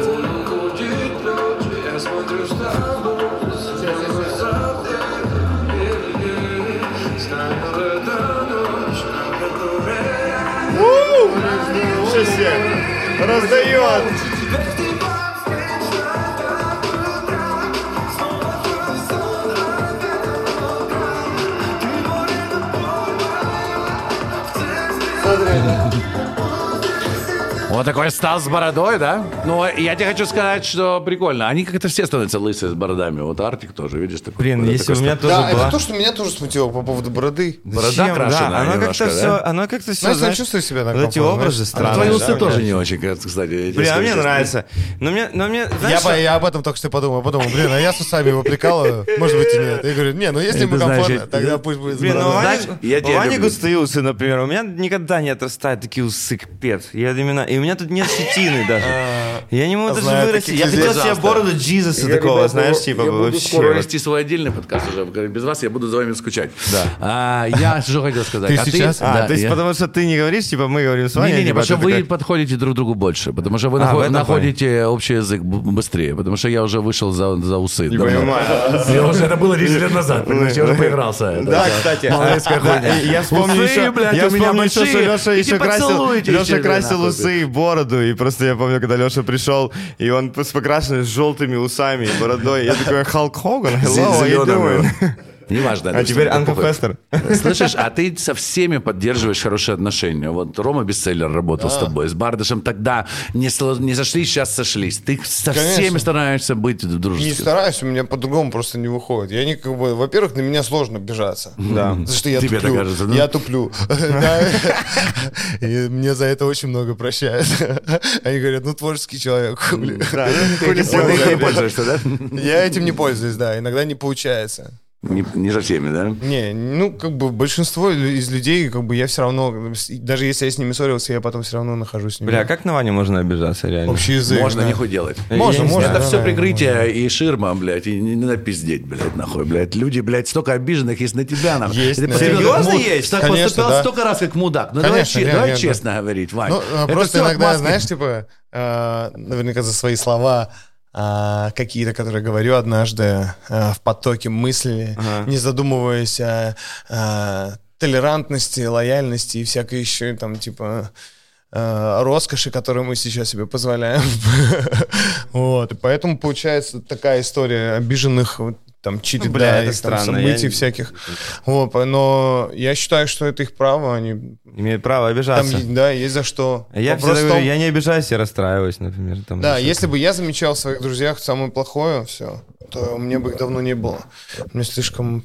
Что себе? Раздает! Вот такой стал с бородой, да? Ну, я тебе хочу сказать, что прикольно. Они как-то все становятся лысые с бородами. Вот Артик тоже, видишь, такой. Блин, вот если такой у меня стал. тоже Да, была... это то, что меня тоже смутило по поводу бороды. Борода Зачем? крашеная Да, оно немножко, как-то да? все, оно как-то все, Знаешь, я знаешь, чувствую себя так вот эти комфортно, образы знаешь. А странные. твои да, усы у тоже меня. не очень, кстати. я тебе Бля, а скажу мне честно. нравится. Но мне, но мне, знаешь, Я, что? по- я об этом только что подумал. Подумал, блин, а я с усами его прикалываю. Может быть и нет. Я говорю, не, ну если Это ему значит, комфортно, тогда да. пусть будет с Блин, ну у бородой. Вани, Знаешь, я у тебя Вани люблю. густые усы, например. У меня никогда не отрастают такие усы, капец. Я именно... И у меня тут нет щетины даже. Я не могу даже знаю вырастить. таких Я людей. хотел себе бороду Джизуса Я, такого, ребята, знаешь, типа я буду вообще. скоро вот. вести свой отдельный подкаст уже. Без вас я буду за вами скучать. Да. А, я что хотел сказать. Ты а сейчас? А, да, то есть я- потому что ты не говоришь, типа мы говорим с вами. Не-не-не, типа, потому что это вы как- подходите друг другу больше, потому что вы А, нахо- в этом находите общий язык б- быстрее, потому что я уже вышел за, за усы. Не давно. понимаю. Я уже, это было десять лет назад, понимаешь, я уже поигрался. Это Да, всё. кстати. Малолетская Да, хуйня. Я вспомню Усы, еще, блядь, я у меня вспомню еще, что большие. Леша еще Иди красил, поцелуйтесь, Леша что ли, красил нахуй. усы и бороду, и просто я помню, когда Леша пришел, и он с покрашенный с желтыми усами и бородой, я такой, Халк Хоган, hello, how you Зелёным. doing? Неважно. А это теперь что-то Анка похуй. Фестер. Слышишь, а ты со всеми поддерживаешь хорошие отношения. Вот Рома Бестселлер работал с тобой, с Бардашем тогда не, сло- не зашлись, сейчас сошлись. Ты со Конечно. всеми стараешься быть Не дружеским. стараюсь, у меня по-другому просто не выходит. Я не как бы, во-первых, на меня сложно обижаться. Да. Потому что я Тебе туплю. так кажется, да? Я туплю. Да. И мне за это очень много прощают. Они говорят, ну творческий человек. хули. Да, ну, хули Вот ты себе. не пользуешься, да? Я этим не пользуюсь, да. Иногда не получается. Не, не со всеми, да? Не, ну, как бы большинство лю- из людей, как бы я все равно, даже если я с ними ссорился, я потом все равно нахожусь с ними. Бля, как на Ваню можно обижаться, реально? Общий язык. Можно да. нихуй делать. Можно, Я не можно. Это да, все да, прикрытие и ширма, блядь, и не надо пиздеть, блядь, нахуй, блядь. Люди, блядь, столько обиженных есть на тебя, нахуй. Есть, Ты да. поступил Серьезно как муд- есть? Так Конечно, поступал да. столько раз, как мудак. Ну, давай, Конечно, че- нет, давай нет, честно говорить, Вань. Ну, э, Это просто всё иногда, отмазки. знаешь, типа, э, наверняка за свои слова э, какие-то, которые говорю однажды э, в потоке мысли, Ага. не задумываясь о э, толерантности, лояльности и всякой еще там, типа, э, роскоши, которую мы сейчас себе позволяем. Вот, и поэтому получается такая история обиженных вот, там, чит Ну, бля, да, это их там странно, событий я- всяких. Вот, но я считаю, что это их право, они Имеет право там, обижаться. е- да, есть за что. Я Вопрос всегда в говорю, том- я не обижаюсь, я расстраиваюсь, например. Там, Да, за что-то. если бы я замечал в своих друзьях самое плохое, все, то мне бы их давно не было. У меня слишком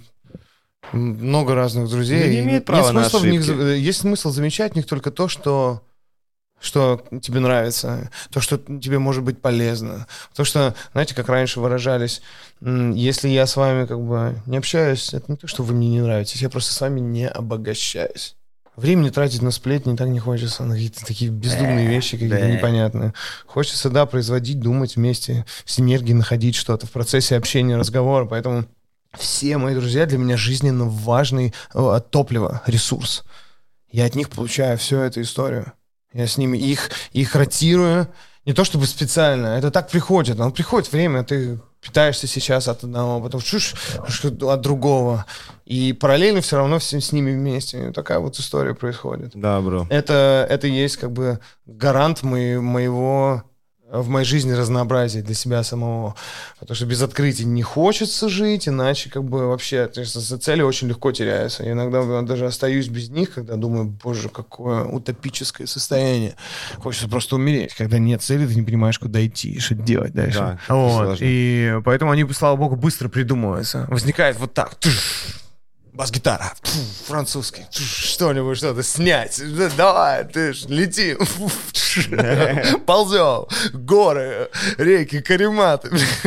много разных друзей. Люди и имеют нет право на смысла в них ошибки. за- есть смысл замечать в них только то, что что тебе нравится, то, что тебе может быть полезно. То, что, знаете, как раньше выражались, м, если я с вами как бы не общаюсь, это не то, что вы мне не нравитесь, я просто с вами не обогащаюсь. Времени тратить на сплетни так не хочется, на какие-то такие бездумные вещи, какие-то непонятные. Хочется, да, производить, думать вместе, синергии находить что-то в процессе общения, разговора. Поэтому все мои друзья для меня жизненно важный э, топливо, ресурс. Я от них получаю всю эту историю. Я с ними их, их ротирую. Не то чтобы специально, это так приходит. Но приходит время, ты питаешься сейчас от одного, потом чушь от другого. И параллельно все равно все с ними вместе. И такая вот история происходит. Да, бро. Это, это и есть как бы гарант мои- моего в моей жизни разнообразия для себя самого. Потому что без открытий не хочется жить, иначе как бы вообще то есть, за цели очень легко теряются. Я иногда даже остаюсь без них, когда думаю, боже, какое утопическое состояние. Хочется просто умереть. Когда нет цели, ты не понимаешь, куда идти и что делать дальше. Да, Вот. сложно. И поэтому они, слава богу, быстро придумываются. Возникает вот так. бас-гитара, Фу, французский, Фу, что-нибудь, что-то снять. Да, давай, ты ж лети. Фу, ползем. Горы, реки, карематы.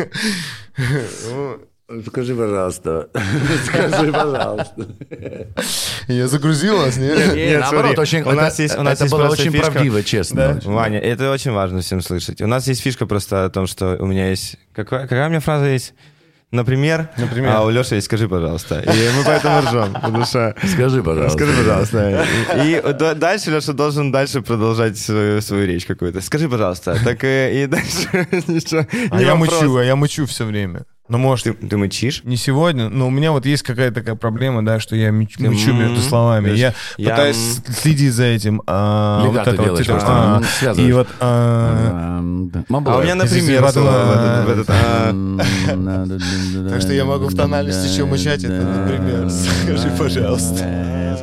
Скажи, пожалуйста. Скажи, пожалуйста. Я загрузил вас, нет? Нет, наоборот, смотри, очень, у нас это, есть- у нас это есть было просто очень фишка. правдиво, честно. Да? Ваня, это очень важно всем слышать. У нас есть фишка просто о том, что у меня есть... Какая, какая у меня фраза есть? Например? Например. А у Леши есть «скажи, пожалуйста». И мы поэтому ржем, потому что... Скажи, пожалуйста. Скажи, пожалуйста. И, и д- дальше Леша должен дальше продолжать свою, свою речь какую-то. Скажи, пожалуйста. Так и, и дальше ничего. А не я вопрос. мычу, а я мычу все время. Ну, может, Ты, ты мычишь? не сегодня, но у меня вот есть какая-то такая проблема, да, что я мыч- Ты мычу между м, словами. то Я, есть я, пытаюсь м, следить за этим. А, вот Легато это вот, делаешь типа, просто, а, м, связываешь. и вот... а, Эм, да. А у меня, Мабла. например, Извини, слово в этот- в этот, а, Так Так что я могу в тональности еще мычать, это, например, скажи, пожалуйста.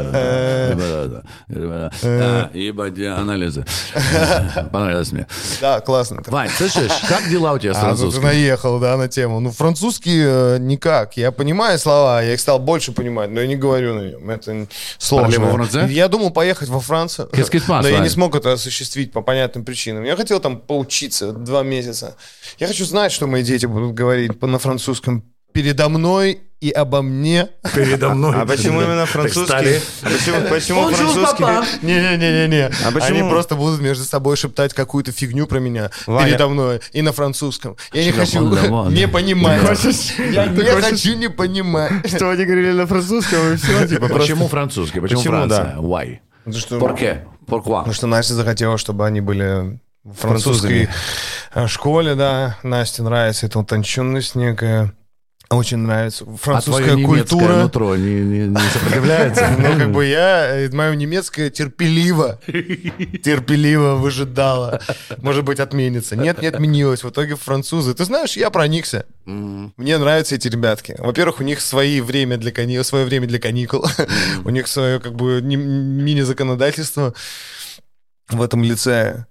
Да, ебать, анализы. Понравилось мне. Да, классно. Вань, слышишь, как дела у тебя с А, тут французским? наехал, да, на тему. Ну, французский э, никак. Я понимаю слова, я их стал больше понимать, но я не говорю на нем. Это сложно. Parlez-vous français? Я думал поехать во Францию, Qu'est-ce qui se passe, но я Вань? не смог это осуществить по понятным причинам. Я хотел там поучиться два месяца. Я хочу знать, что мои дети будут говорить по- на французском передо мной и обо мне. Передо мной. А почему именно французский? встали. А почему, почему Bonjour, французский? папа. Не-не-не-не-не. А почему? Они просто будут между собой шептать какую-то фигню про меня Ваня. передо мной и на французском. Я не хочу Ламон. не понимать. хочешь- Я ты не хочешь- хочу не понимать. Что они говорили на французском и все, типа, Почему французский? Почему Почему, Франция? Why? Потому что, Порке? Pourquoi? потому что Настя захотела, чтобы они были в французской э, школе, да. Насте нравится эта утонченность некая. Очень нравится. А Французская твое немецкое культура. нутро не, не, не сопротивляется? Ну, как бы я, э, мое немецкое терпеливо, терпеливо выжидало. Может быть, отменится. Нет, не отменилось. В итоге французы. Ты знаешь, я проникся. Мне нравятся эти ребятки. Во-первых, у них свои время для кани... свое время для каникул. У них свое, как бы, ни- мини-законодательство в этом лице.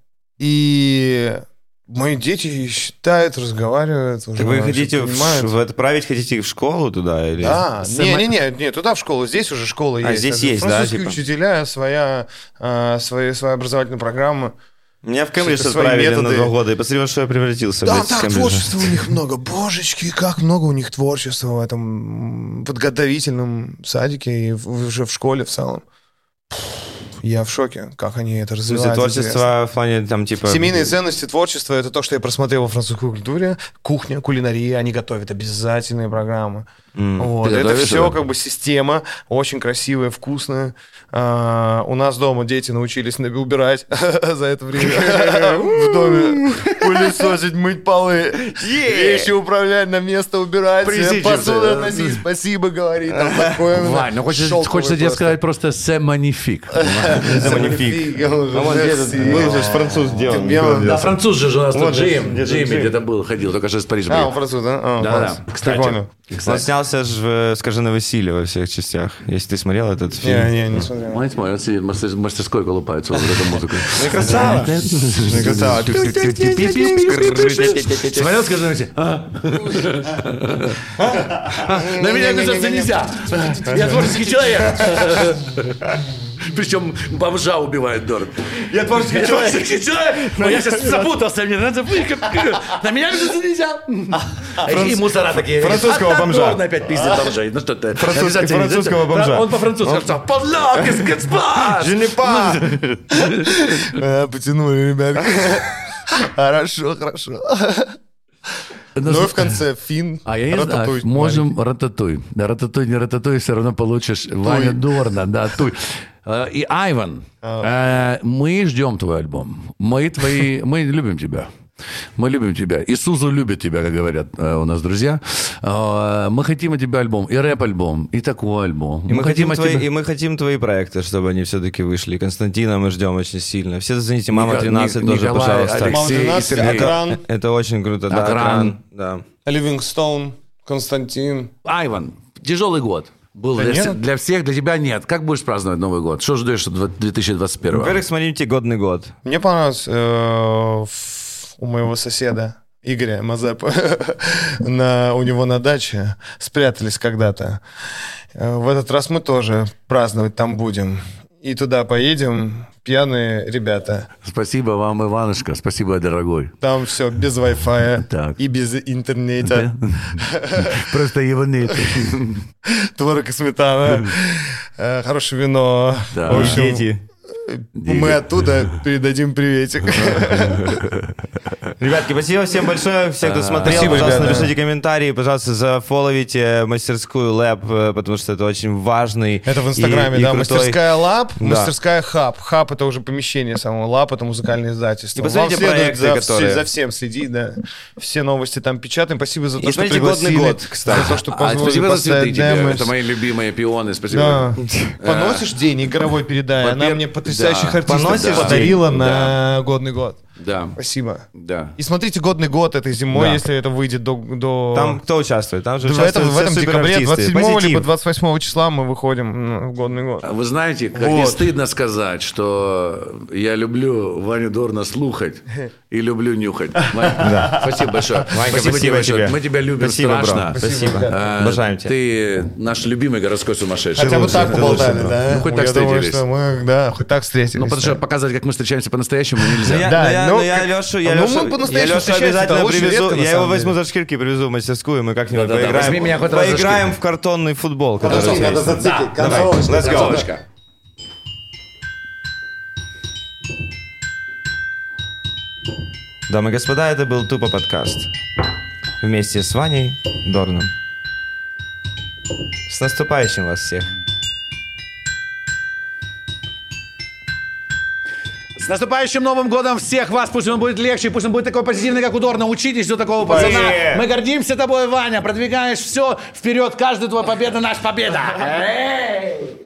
И мои дети считают, разговаривают. Уже Так вы вообще хотите в, понимают. в отправить хотите в школу туда? Или? Да, Сама- не-не-не, не, туда в школу, здесь уже школа А, есть. здесь Это есть, да, французские типа? учителя, своя, а, своя, своя образовательная программа. Меня в Кембридж Какие-то свои отправили на методы. два года, и посмотри, во что я превратился. Да, блядь, с так, Кембриджа. творчества у них много. Божечки, как много у них творчества в этом м, подготовительном садике и в- уже в школе в целом. Я в шоке, как они это В смысле, развивают. интересно. творчество в плане там типа... Семейные ценности, творчество — это то, что я просмотрел во французской культуре. Кухня, кулинария, они готовят обязательные программы. М. Вот. Ты Это готовишь все это? как бы система, очень красивая, вкусная. А, у нас дома дети научились наби- убирать за это время в доме, пылесосить, мыть полы, вещи управлять, на место убирать, Призичился, посуду да. относить, спасибо говорить. Там такое Вань, ну хочется, шелковое хочется тебе просто. сказать просто «c'est magnifique». Это магнифик. А вон где этот был же француз, где он? белый, Да, француз же у нас тут Вот же, Джим, где же Джимми Джим? где-то был, ходил, только что из Парижа А, он приехал. француз, да? А, Да, класс. да. Кстати, Прикольно. Он кстати. снялся же в «Скажи на Василия» во всех частях. Если ты смотрел этот фильм. Не, не, не смотрел. Он смотрит, он сидит в мастер- мастерской колупается вот эту музыку. Красава! Красава. Смотрел, скажи на все. На меня обижаться нельзя. Я творческий человек. Причем бомжа убивает дорого. Я творческий человек. Творческий человек. Но я сейчас запутался. Мне надо выйти. На меня обижаться нельзя. И мусора такие. французского «А, бомжа». Дорн опять пиздит бомжей. Ну что ты. Французский- обязательно. французского бомжа. Он по-французски сказал. «Подляк, qu'est-ce qui se passe?» Je n'ai pas! А, потянули, ребятки. Хорошо, хорошо. Ну и в конце фин. А я не знаю, рататуй можем рататуй. Да, рататуй, не рататуй, все равно получишь Ваня Дорна, да, туй. Э, И Айван, э, мы ждем твой альбом. Мы твои, мы любим тебя. Мы любим тебя. И Сузу любит тебя, как говорят э, у нас друзья. Э, Мы хотим от тебя альбом, и рэп-альбом, и такой альбом. И мы, хотим от твои, тебя- и мы хотим твои проекты, чтобы они все-таки вышли. Константина мы ждем очень сильно. Все зацените «Мама Ника- тринадцать» Ник- тоже, Николай, пожалуйста. Алексей. Мама тринадцать, и Сергей. Акран, Это очень круто. Да, Акран. Акран, да. Ливингстоун, Константин. Айван, тяжелый год. Был Да для, нет. вс- для всех, для тебя нет. Как будешь праздновать Новый год? Что ждешь от две тысячи двадцать первого? Во-первых, смотрите «Годный год». Мне понравилось э, в- у моего соседа Игоря Мазепы на, у него на даче. Спрятались когда-то. Э, В этот раз мы тоже праздновать там будем. И туда поедем, пьяные ребята. Спасибо вам, Иванушка. Спасибо, дорогой. Там все без Wi-Fi Так. и без интернета. Просто его нет. Творог и сметана. э, Хорошее вино. Да. В общем, Дети. мы оттуда передадим приветик. Ребятки, спасибо всем большое, всем, кто смотрел. Спасибо, Пожалуйста, ребята. напишите комментарии, пожалуйста, зафоловите мастерскую Лэб, э, потому что это очень важный. Это в Инстаграме, и- и да, крутой- мастерская Лаб, Да. мастерская Хаб. Хаб — это уже помещение самого, Лаб — это музыкальное издательство. И посмотрите Вам следует проекты, за, которые- за всем следить, да. Все новости там печатаем. Спасибо за то, И что смотрите пригласили. «Годный год», кстати. За то, что А, позволили спасибо за поставить цветы тебе. Дэмэдж. Это мои любимые пионы. Спасибо. Да. Э, Поносишь день игровой передай. Она во-первых, мне потрясающих да. артистов Поносишь подарила день? на годный год. Да. Спасибо. Да. И смотрите «Годный год» этой зимой, Да. если это выйдет до... до... Там кто участвует? Там же в этом, участвуют в этом все декабре, суперартисты. двадцать седьмого Позитив. либо двадцать восьмого числа мы выходим ну, в годный год. Вы знаете, как не Вот. стыдно сказать, что я люблю Ваню Дорна слухать и люблю нюхать. Вань, спасибо большое. Ванька, спасибо тебе большое. тебе. Мы тебя любим Спасибо, бро. страшно. Спасибо. А, Обожаем тебя. Ты наш любимый городской сумасшедший. Хотя бы Лучше, так ты поболтали, лучше, бро. да? Ну, хоть так Я думаю, встретились. что мы, да, хоть так встретились. Ну, потому что да. показать, как мы встречаемся по-настоящему, нельзя. Ну, я, Да, но я, ну, но я как- Лешу, я ну, Лешу, мы я по-настоящему Лешу встречаемся, обязательно это очень привезу, редко, на я его самом возьму деле. за шкирки, привезу в мастерскую, и мы как-нибудь Да-да-да, поиграем, возьми меня хоть раз за поиграем шкирки. в картонный футбол, который Подожди, у тебя надо есть. зациклить. Давай, Концовочка. let's go. Концовочка. Дамы и господа, это был Тупо подкаст. Вместе с Ваней Дорном. С наступающим вас всех. С наступающим Новым годом всех вас! Пусть он будет легче, пусть он будет такой позитивный, как удор. Научитесь у такого пацана. Мы гордимся тобой, Ваня. Продвигаешь все вперед. Каждый твой победа — наш победа. Эй!